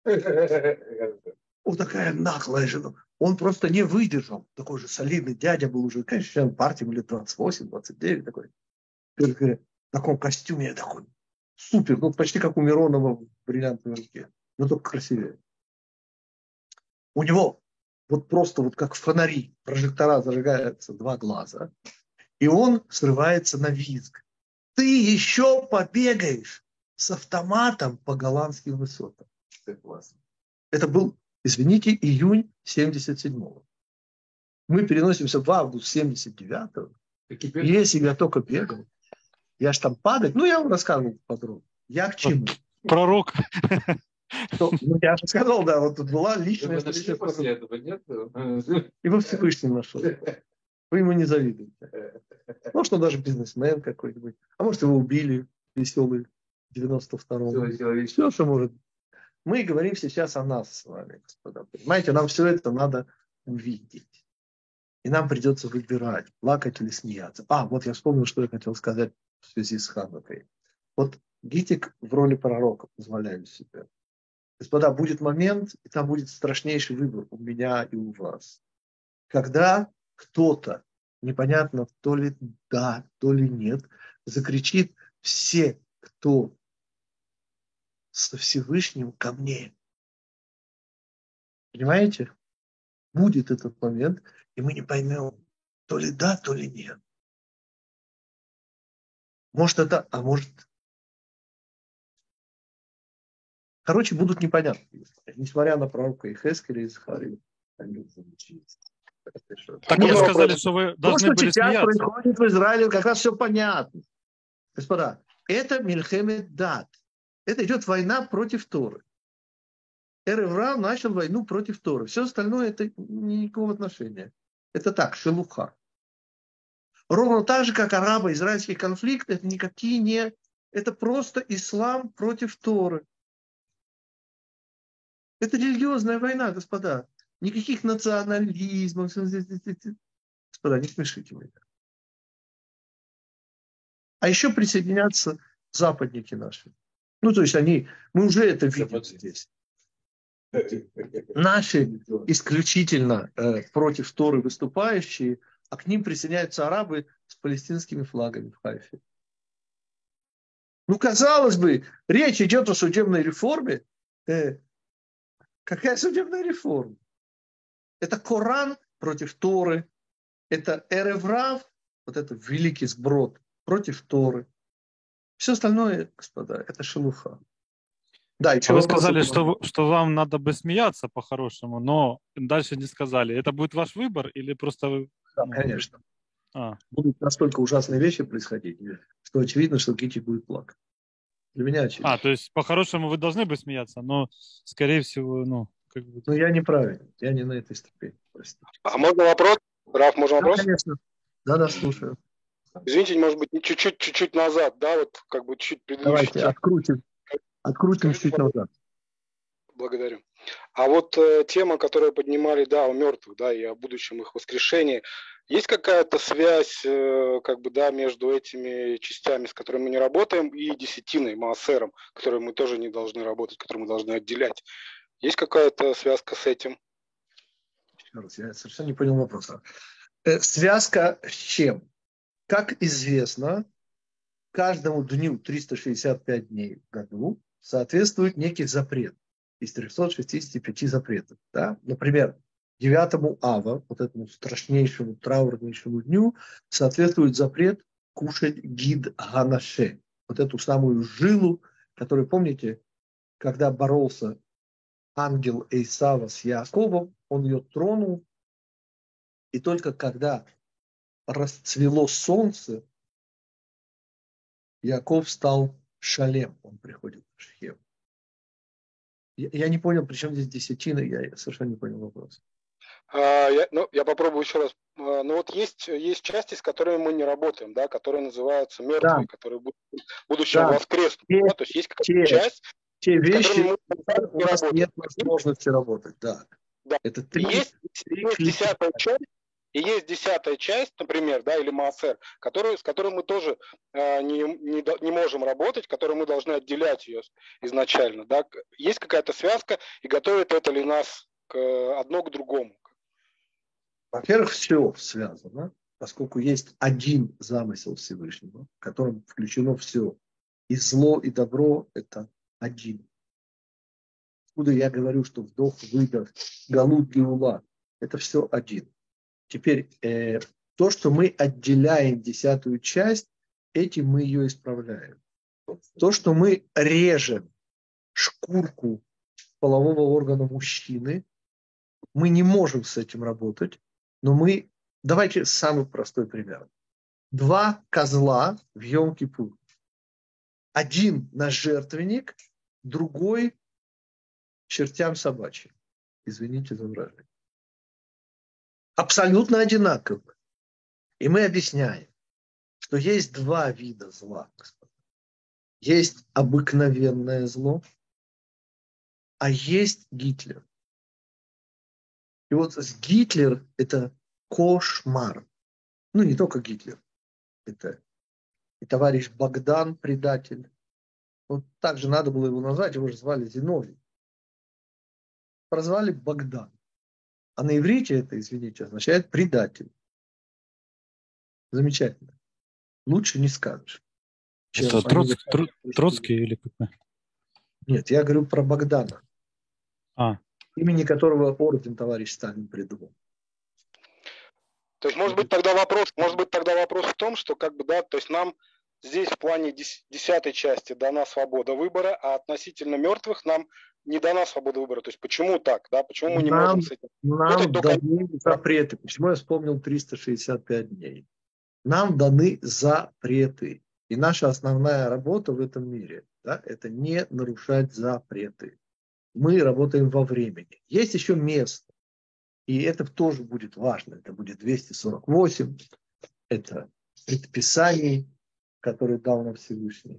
Вот такая наглая жена. Он просто не выдержал. Такой же солидный дядя был уже, конечно, член партии, лет 28, 29 такой. В таком костюме я такой супер, ну почти как у Миронова в бриллиантовой руке, но только красивее. У него вот просто вот как фонари, прожектора зажигаются два глаза, и он срывается на визг. Ты еще побегаешь с автоматом по голландским высотам. Это был, извините, июнь 77-го. Мы переносимся в август 79-го. Если я только бегал, я ж там падать, ну я вам рассказывал подробно. Я к чему? Пророк. Ну, я же сказал, да, вот тут была личная встреча. После этого нет? И во Всевышнем нашел. Вы ему не завидуете. Может, он даже бизнесмен какой-нибудь. А может, его убили веселый в 92-м. Все, что может. Мы говорим сейчас о нас с вами, господа. Понимаете, нам все это надо увидеть. И нам придется выбирать, плакать или смеяться. Вот я вспомнил, что я хотел сказать в связи с Ханукой. Вот Гитик в роли пророка позволяет себе. Господа, будет момент, и там будет страшнейший выбор у меня и у вас. Когда кто-то, непонятно, то ли да, то ли нет, закричит: все, кто со Всевышним, ко мне. Понимаете? Будет этот момент, и мы не поймем, то ли да, то ли нет. Может это, а может... Короче, будут непонятны, несмотря на пророка Ихескеля и Захарию. Так вы сказали, что вы должны были сейчас смеяться. происходит в Израиле, как раз все понятно. Господа, это Мильхемет Дат. Это идет война против Торы. Эреврав начал войну против Торы. Все остальное это никакого отношения. Это так, шелуха. Ровно так же, как арабо-израильский конфликт, это никакие не... Это просто ислам против Торы. Это религиозная война, господа. Никаких национализмов. Господа, не смешите меня. А еще присоединятся западники наши. Ну, то есть мы уже это видим здесь. Наши исключительно против Торы выступающие, а к ним присоединяются арабы с палестинскими флагами в Хайфе. Ну, казалось бы, речь идет о судебной реформе. Какая судебная реформа? Это Коран против Торы, это Эреврав вот это великий сброд против Торы. Все остальное, господа, это шелуха. Да, еще вы вопрос. сказали, что вам надо бы смеяться по-хорошему, но дальше не сказали. Это будет ваш выбор или просто вы... Да, конечно. Будут настолько ужасные вещи происходить, что очевидно, что Кити будет плакать. Для меня очевидно. То есть по-хорошему вы должны бы смеяться, но, скорее всего, как бы... Ну, я неправильный, я не на этой ступени, простите. А можно вопрос? Раф, можно вопрос? Конечно. Да, слушаю. Извините, может быть, чуть-чуть назад, да, вот как бы чуть предыдущий. Давайте, открутим чуть назад. Благодарю. А вот тема, которую поднимали, да, о мертвых, да, и о будущем их воскрешении, есть какая-то связь, как бы, да, между этими частями, с которыми мы не работаем, и десятиной, маасером, которые мы тоже не должны работать, которые мы должны отделять? Есть какая-то связка с этим? Еще раз, я совершенно не понял вопроса. Связка с чем? Как известно, каждому дню 365 дней в году соответствует некий запрет из 365 запретов. Да? Например, 9 ава, вот этому страшнейшему, траурнейшему дню, соответствует запрет кушать гид ганаше, вот эту самую жилу, которую, помните, когда боролся ангел Эйсава с Яаковом, он ее тронул, и только когда расцвело солнце, Яков стал шалем, он приходит в Шхем. Я не понял, при чем здесь десятина, я совершенно не понял вопрос. Я попробую еще раз. Ну вот есть части, с которыми мы не работаем, да, которые называются мертвые, да, которые в будущем воскреснут. Да, то есть есть какая-то часть, те вещи, у нас нет возможности работать. Да. Это есть 10-я часть. И есть 10-я часть, например, да, или маасер, с которой мы тоже не можем работать, которой мы должны отделять ее изначально. Да. Есть какая-то связка, и готовит это ли нас одно к другому? Во-первых, все связано, поскольку есть один замысел Всевышнего, в котором включено все. И зло, и добро – это один. Откуда я говорю, что вдох, выдох, галут, геула – это все один. Теперь то, что мы отделяем 10-ю часть, этим мы ее исправляем. То, что мы режем шкурку полового органа мужчины, мы не можем с этим работать, но давайте самый простой пример. 2 козла в Йом-Кипур. Один на жертвенник, другой чертям собачьим. Извините за выражение. Абсолютно одинаково. И мы объясняем, что есть 2 вида зла, господа. Есть обыкновенное зло, а есть Гитлер. И вот Гитлер – это кошмар. Ну, не только Гитлер. Это и товарищ Богдан – предатель. Вот так же надо было его назвать, его же звали Зиновий. Прозвали Богдан. А на иврите это, извините, означает предатель. Замечательно. Лучше не скажешь. Это Троцкий или какой? Нет, я говорю про Богдана. Имени которого орден товарищ Сталин придумал. То есть, может быть, тогда вопрос в том, что как бы, да, то есть нам здесь в плане 10-й части дана свобода выбора, а относительно мертвых нам не дана свобода выбора. То есть почему так, да? Почему мы не можем с этим? Нам даны запреты. Почему я вспомнил 365 дней? Нам даны запреты. И наша основная работа в этом мире, да, это не нарушать запреты. Мы работаем во времени. Есть еще место. И это тоже будет важно. Это будет 248. Это предписаний, которые дал нам Всевышний.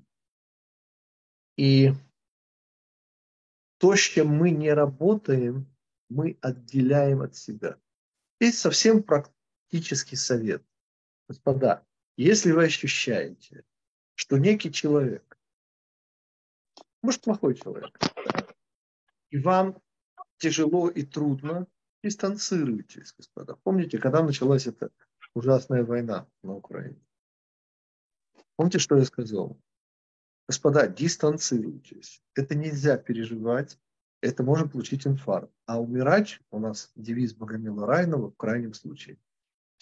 И то, с чем мы не работаем, мы отделяем от себя. Есть совсем практический совет. Господа, если вы ощущаете, что некий человек, может, плохой человек, и вам тяжело и трудно, дистанцируйтесь, господа. Помните, когда началась эта ужасная война на Украине? Помните, что я сказал? Господа, дистанцируйтесь. Это нельзя переживать, это можно получить инфаркт. А умирать, у нас девиз Богомила Райнова, в крайнем случае,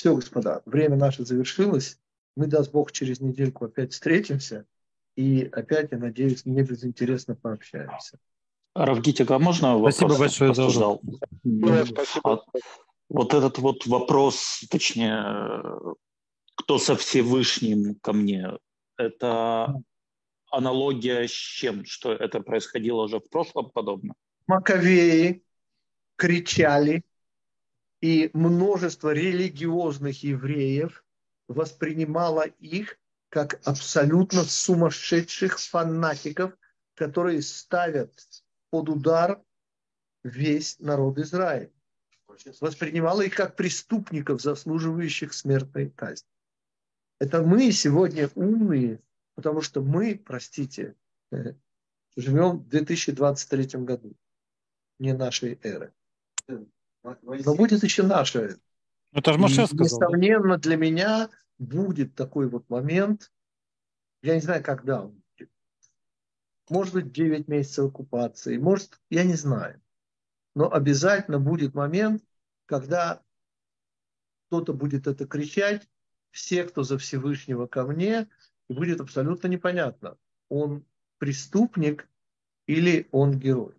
Все, господа, время наше завершилось. Мы, даст Бог, через недельку опять встретимся. И опять, я надеюсь, не безинтересно пообщаемся. Равгитик, а можно вопрос? Спасибо большое за урок. Спасибо. Вот этот вот вопрос, точнее, кто со Всевышним ко мне, это аналогия с чем? Что это происходило уже в прошлом подобно? Маковеи кричали, и множество религиозных евреев воспринимало их как абсолютно сумасшедших фанатиков, которые ставят под удар весь народ Израиля. Воспринимало их как преступников, заслуживающих смертной казни. Это мы сегодня умные, потому что мы, простите, живем в 2023 году, не нашей эры. Но будет еще наша эра. Это же Моше сказал. Несомненно, для меня будет такой вот момент, я не знаю, когда он будет. Может быть, 9 месяцев оккупации, может, я не знаю. Но обязательно будет момент, когда кто-то будет это кричать, все, кто за Всевышнего ко мне, и будет абсолютно непонятно, он преступник или он герой.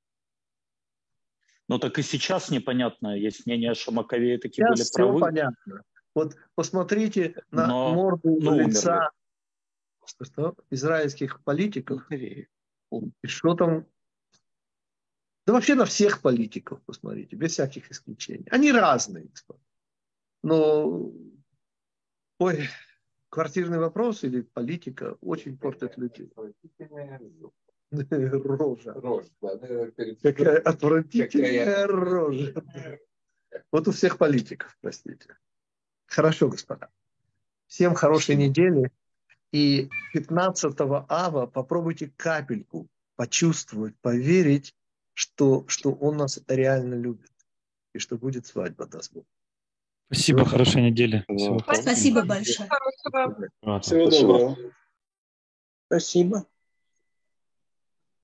Ну так и сейчас непонятно, есть мнение, что Маковеи такие были Сейчас правы. все понятно. Вот посмотрите на морду лица израильских политиков. И что там? Да вообще на всех политиков посмотрите, без всяких исключений. Они разные. Но квартирный вопрос или политика очень портят людей. Рожа. Какая отвратительная рожа. Вот у всех политиков, простите. Хорошо, господа. Всем хорошей недели. И 15 ава попробуйте капельку почувствовать, поверить, что он нас реально любит. И что будет свадьба, даст Бог. Спасибо, хорошей недели. Спасибо большое. Хорошего. Всего доброго. Спасибо.